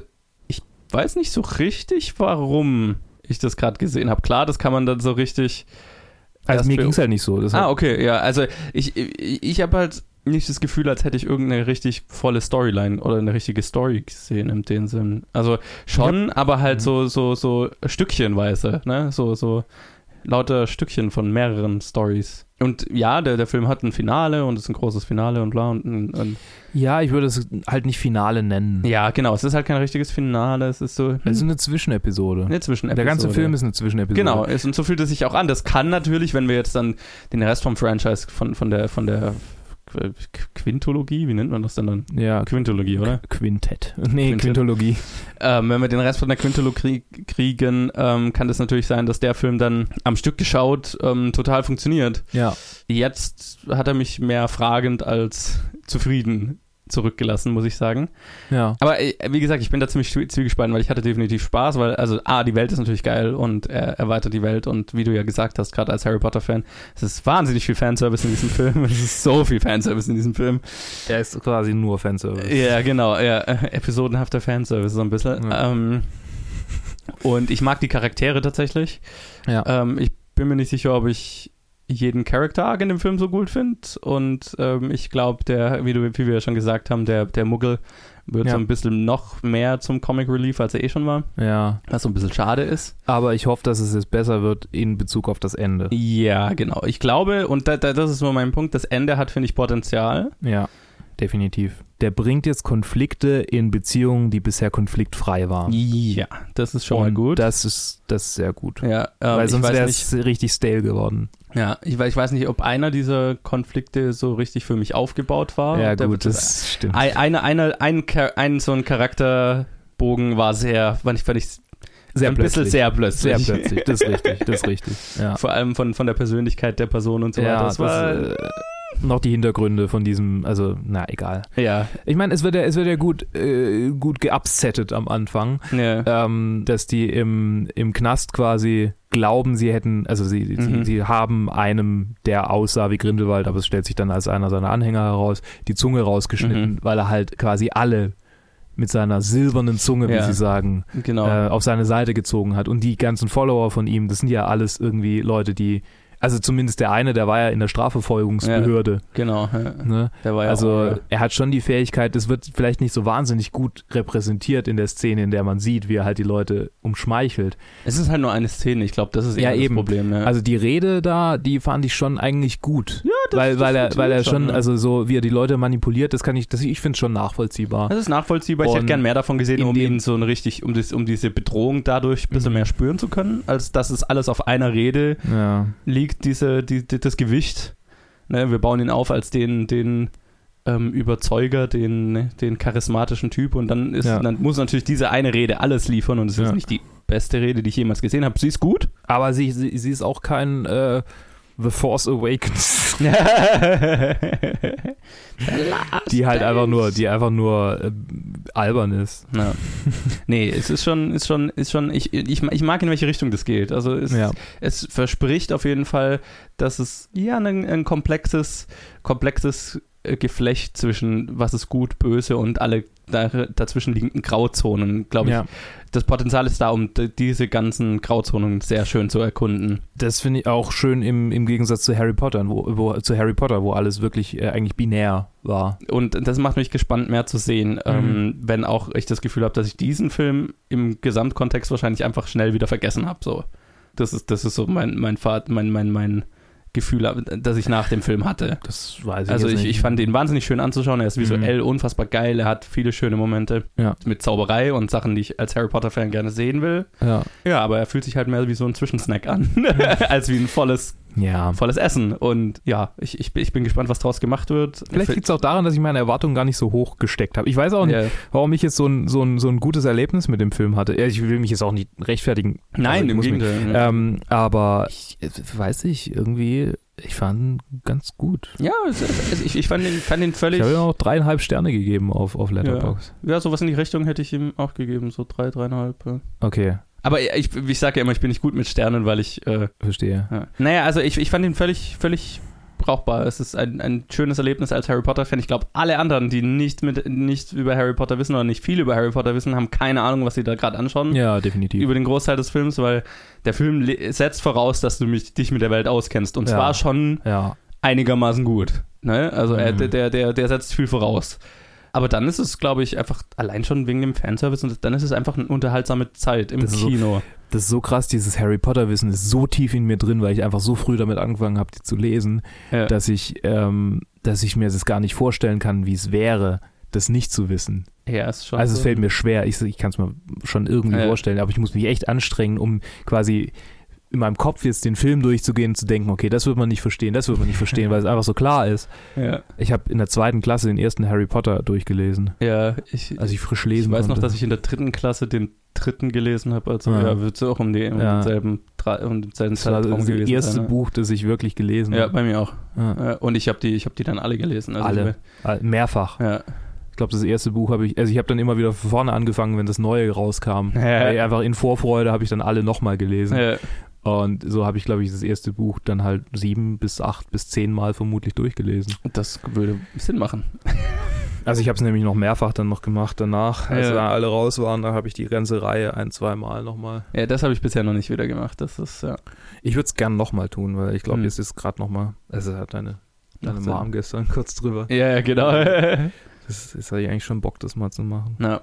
weiß nicht so richtig, warum ich das gerade gesehen habe. Klar, das kann man dann so richtig... Also mir ging es halt nicht so. Ah, okay, ja. Also ich, ich, ich habe halt nicht das Gefühl, als hätte ich irgendeine richtig volle Storyline oder eine richtige Story gesehen in dem Sinn. Also schon, ja. aber halt mhm. so, so, so stückchenweise, ne? So, so lauter Stückchen von mehreren Stories. Und ja, der, der Film hat ein Finale und es ist ein großes Finale und bla und, und ja, ich würde es halt nicht Finale nennen. Ja, genau, es ist halt kein richtiges Finale, es ist so... Hm. Es ist eine Zwischenepisode. Eine Zwischenepisode. Der ganze Film ist eine Zwischenepisode. Genau, ist, und so fühlt es sich auch an. Das kann natürlich, wenn wir jetzt dann den Rest vom Franchise von, von der von der Quintologie, wie nennt man das denn dann? Ja. Quintologie, oder? Quintett. Nee, Quintett. Quintologie. Ähm, wenn wir den Rest von der Quintologie kriegen, ähm, kann das natürlich sein, dass der Film dann am Stück geschaut ähm, total funktioniert. Ja. Jetzt hat er mich mehr fragend als zufrieden zurückgelassen, muss ich sagen. Ja. Aber wie gesagt, ich bin da ziemlich zwiegespalten, weil ich hatte definitiv Spaß, weil, also A, die Welt ist natürlich geil und er erweitert die Welt und wie du ja gesagt hast, gerade als Harry Potter-Fan, es ist wahnsinnig viel Fanservice in diesem Film. Es ist so viel Fanservice in diesem Film. Er ist quasi nur Fanservice. Ja, genau, ja, episodenhafter Fanservice so ein bisschen. Ja. Ähm, und ich mag die Charaktere tatsächlich. Ja. Ähm, ich bin mir nicht sicher, ob ich jeden Character-Arc in dem Film so gut finde und ähm, ich glaube, der, wie, du, wie wir ja schon gesagt haben, der, der Muggel wird ja. so ein bisschen noch mehr zum Comic Relief, als er eh schon war. Ja. Was so ein bisschen schade ist. Aber ich hoffe, dass es jetzt besser wird in Bezug auf das Ende. Ja, genau. Ich glaube, und da, da, das ist nur mein Punkt, das Ende hat, finde ich, Potenzial. Ja, definitiv. Der bringt jetzt Konflikte in Beziehungen, die bisher konfliktfrei waren. Ja, das ist schon und mal gut. Das ist, das ist sehr gut. Ja, ähm, weil sonst wäre es richtig stale geworden. Ja, ich, ich weiß nicht, ob einer dieser Konflikte so richtig für mich aufgebaut war. Ja, Der, gut, das stimmt. Ein, eine, eine, ein, ein, so ein Charakterbogen war sehr, fand ich, fand ich sehr ein plötzlich. bisschen sehr plötzlich. Sehr plötzlich, das ist richtig, das ist richtig. Ja. Vor allem von, von der Persönlichkeit der Person und so ja, weiter. Das, das war... Äh, noch die Hintergründe von diesem, also, na, egal. Ja. Ich meine, es wird ja, es wird ja gut, äh, gut geupsettet am Anfang, ja. ähm, dass die im, im Knast quasi glauben, sie hätten, also sie, Mhm. sie, sie haben einem, der aussah wie Grindelwald, aber es stellt sich dann als einer seiner Anhänger heraus, die Zunge rausgeschnitten, Mhm. weil er halt quasi alle mit seiner silbernen Zunge, wie Ja. sie sagen, Genau. äh, auf seine Seite gezogen hat. Und die ganzen Follower von ihm, das sind ja alles irgendwie Leute, die, also zumindest der eine, der war ja in der Strafverfolgungsbehörde. Ja, genau. Ja. Ne? Der war ja also auch, ja. er hat schon die Fähigkeit, es wird vielleicht nicht so wahnsinnig gut repräsentiert in der Szene, in der man sieht, wie er halt die Leute umschmeichelt. Es ist halt nur eine Szene, ich glaube, das ist Ja, eher das eben. Problem. Ja. Also die Rede da, die fand ich schon eigentlich gut. Ja, das, weil, das weil er, weil er funktioniert schon, ja. also so wie er die Leute manipuliert, das kann ich, das, ich finde es schon nachvollziehbar. Das ist nachvollziehbar. Ich Und hätte gern mehr davon gesehen, in um dem- ihn so ein richtig, um, das, um diese Bedrohung dadurch ein bisschen Mhm. mehr spüren zu können, als dass es alles auf einer Rede Ja. liegt, diese, die, die, das Gewicht. Ne, wir bauen ihn auf als den, den ähm, Überzeuger, den, den charismatischen Typ und dann, ist, Ja. dann muss natürlich diese eine Rede alles liefern und es ist Ja. nicht die beste Rede, die ich jemals gesehen habe. Sie ist gut. Aber sie, sie, sie ist auch kein äh, The Force Awakens, die halt einfach nur, die einfach nur äh, albern ist. Ja. Nee, es ist schon, ist schon, ist schon, ich, ich, ich mag, in welche Richtung das geht. Also es, Ja. es verspricht auf jeden Fall, dass es ja ein, ein komplexes, komplexes äh, Geflecht zwischen was ist gut, böse und alle da, dazwischen liegenden Grauzonen, glaube ich. Ja. Das Potenzial ist da, um d- diese ganzen Grauzonen sehr schön zu erkunden. Das finde ich auch schön im, im Gegensatz zu Harry Potter, wo, wo, zu Harry Potter, wo alles wirklich äh, eigentlich binär war. Und das macht mich gespannt, mehr zu sehen, ähm, wenn auch ich das Gefühl habe, dass ich diesen Film im Gesamtkontext wahrscheinlich einfach schnell wieder vergessen habe. So. Das ist, das ist so mein, mein, Fahrt, mein, mein, mein Gefühl, das ich nach dem Film hatte. Das weiß ich Also jetzt ich, nicht. ich fand ihn wahnsinnig schön anzuschauen. Er ist visuell unfassbar geil. Er hat viele schöne Momente Ja. mit Zauberei und Sachen, die ich als Harry Potter-Fan gerne sehen will. Ja. Ja, aber er fühlt sich halt mehr wie so ein Zwischensnack an, als wie ein volles, Ja. volles Essen. Und ja, ich, ich, bin- ich bin gespannt, was draus gemacht wird. Vielleicht liegt es auch daran, dass ich meine Erwartungen gar nicht so hoch gesteckt habe. Ich weiß auch nicht, Ja. warum ich jetzt so ein, so, ein, so ein gutes Erlebnis mit dem Film hatte. Ja, ich will mich jetzt auch nicht rechtfertigen. Nein, Also, ich im muss mich- Gegenteil. Ähm, aber ich äh, weiß ich, irgendwie, ich fand ihn ganz gut. Ja, es, es, ich, ich fand den, fand den Ich völlig. habe ihm auch dreieinhalb Sterne gegeben auf, auf Letterboxd. Ja, sowas in die Richtung hätte ich ihm auch gegeben, so drei, dreieinhalb. Ja. Okay, Aber ich, ich sage ja immer, ich bin nicht gut mit Sternen, weil ich. Äh, verstehe. ja. Naja, also ich, ich fand ihn völlig, völlig brauchbar. Es ist ein, ein schönes Erlebnis als Harry Potter-Fan. Ich glaube, alle anderen, die nicht, mit, nicht über Harry Potter wissen oder nicht viel über Harry Potter wissen, haben keine Ahnung, was sie da gerade anschauen. Ja, definitiv. Über den Großteil des Films, weil der Film le- setzt voraus, dass du mich, dich mit der Welt auskennst. Und Ja. zwar schon ja. einigermaßen gut. Ne? Also er, Mhm. der, der, der setzt viel voraus. Aber dann ist es, glaube ich, einfach allein schon wegen dem Fanservice und dann ist es einfach eine unterhaltsame Zeit im Das ist so- Kino. Das ist so krass, dieses Harry Potter-Wissen ist so tief in mir drin, weil ich einfach so früh damit angefangen habe, die zu lesen, Ja. dass ich, ähm, dass ich mir das gar nicht vorstellen kann, wie es wäre, das nicht zu wissen. Ja, ist schon Also es so. fällt mir schwer, ich, ich kann es mir schon irgendwie Ja. vorstellen, aber ich muss mich echt anstrengen, um quasi in meinem Kopf jetzt den Film durchzugehen und zu denken, okay, das wird man nicht verstehen, das wird man nicht verstehen, weil es einfach so klar ist. Ja, Ich habe in der zweiten Klasse den ersten Harry Potter durchgelesen, ja ich, als ich frisch ich lesen weiß noch, konnte. dass ich in der dritten Klasse den dritten gelesen habe. Also Ja. ja, wird es auch um, die, um Ja. denselben, Tra- um denselben Das war Zeitraum das gewesen erste sein. Ne? Buch, das ich wirklich gelesen Ja, habe. bei mir auch. Ja. Ja, und ich habe die, ich hab die dann alle gelesen. Also Alle. Äh, Mehrfach. Ja. Ich glaube, das erste Buch habe ich, also ich habe dann immer wieder von vorne angefangen, wenn das Neue rauskam. Ja. Weil einfach in Vorfreude habe ich dann alle nochmal gelesen. Ja. Und so habe ich, glaube ich, das erste Buch dann halt sieben bis acht bis zehn Mal vermutlich durchgelesen. Das würde Sinn machen. Also ich habe es nämlich noch mehrfach dann noch gemacht danach, als Ja. da alle raus waren, da habe ich die ganze Reihe ein, zwei Mal nochmal. Ja, das habe ich bisher noch nicht wieder gemacht. Das ist, ja. Ich würde es gern nochmal tun, weil ich glaube, Hm. jetzt ist gerade nochmal, also hat deine, deine Macht Sinn. Mom gestern kurz drüber. Ja, ja, genau. Das, das hatte ich eigentlich schon Bock, das mal zu machen. ja.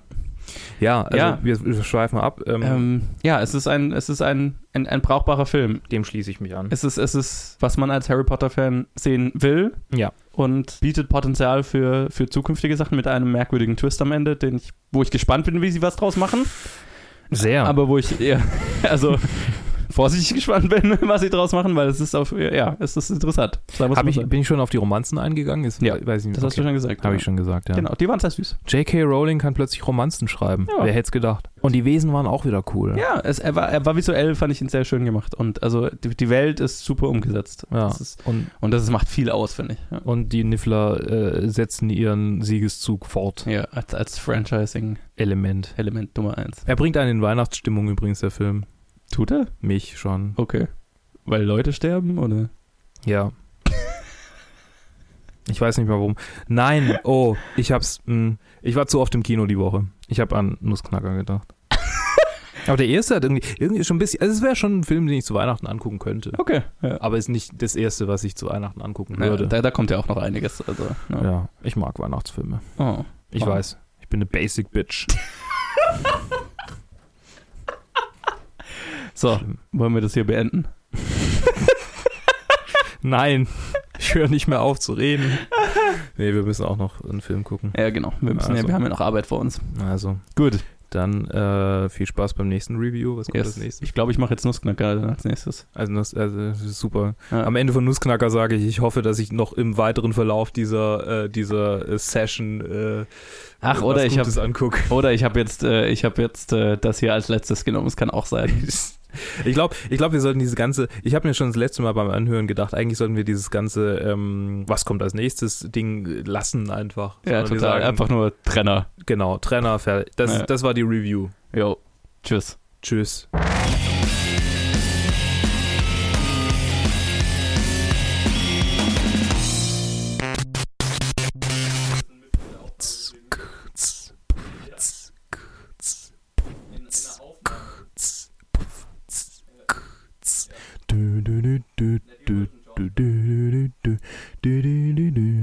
Ja, also Ja. Wir, wir schweifen ab. Ähm, Ähm, ja, es ist ein, es ist ein, ein, ein brauchbarer Film. dem schließe ich mich an. Es ist, es ist, was man als Harry Potter-Fan sehen will Ja. und bietet Potenzial für, für zukünftige Sachen mit einem merkwürdigen Twist am Ende, den ich, wo ich gespannt bin, wie sie was draus machen. Sehr. Aber wo ich eher, also vorsichtig gespannt bin, was sie draus machen, weil es ist auf, ja, es ist interessant. Sagen wir's Hab mal ich, so. bin ich schon auf die Romanzen eingegangen? Ist, Ja, weiß ich nicht. Das hast du schon gesagt. Habe ja. ich schon gesagt, ja. Genau, die waren sehr süß. J K. Rowling kann plötzlich Romanzen schreiben. Ja. Wer hätte es gedacht? Und die Wesen waren auch wieder cool. Ja, es, er, war, er war visuell, fand ich ihn sehr schön gemacht. Und also die, die Welt ist super umgesetzt. Ja. Das ist, Und, und das ist, macht viel aus, finde ich. Ja, und die Niffler äh, setzen ihren Siegeszug fort. ja als, als Franchising-Element Element. Nummer eins. Er bringt einen in Weihnachtsstimmung übrigens, der Film. Tut er? Mich schon. Okay. Weil Leute sterben, oder? Ja. Ich weiß nicht mehr warum. Nein, oh, ich hab's. Mh, ich war zu oft im Kino die Woche. Ich habe an Nussknacker gedacht. Aber der erste hat irgendwie, irgendwie schon ein bisschen. Also es wäre schon ein Film, den ich zu Weihnachten angucken könnte. Okay. Ja. Aber ist nicht das erste, was ich zu Weihnachten angucken Ja, würde. da, da kommt ja auch noch einiges. Also, ja. Ja, ich mag Weihnachtsfilme. Oh. Ich Oh. weiß. Ich bin eine Basic Bitch. So, Schlimm. wollen wir das hier beenden? Nein, ich höre nicht mehr auf zu reden. Nee, wir müssen auch noch einen Film gucken. Ja, genau. Wir, müssen Also. ja, wir haben ja noch Arbeit vor uns. Also, Gut. Dann äh, viel Spaß beim nächsten Review. Was kommt Yes. als nächstes? Ich glaube, ich mache jetzt Nussknacker als nächstes. Also, Nuss, also das ist super. Ja. Am Ende von Nussknacker sage ich, ich hoffe, dass ich noch im weiteren Verlauf dieser, äh, dieser äh, Session äh, Ach, was oder ich Gutes habe angucke. oder ich habe jetzt, äh, ich habe jetzt äh, das hier als letztes genommen. Es kann auch sein. Ich glaube, ich glaub, wir sollten diese ganze, ich habe mir schon das letzte Mal beim Anhören gedacht, eigentlich sollten wir dieses ganze, ähm, was kommt als nächstes Ding lassen einfach. Ja, Sondern wir total. sagen, Einfach nur Trenner. Genau, Trenner, fertig. Das, Ja. das war die Review. Jo, tschüss. Tschüss. Du, du, du, du, du, du, du, du, du, du, du, du, du.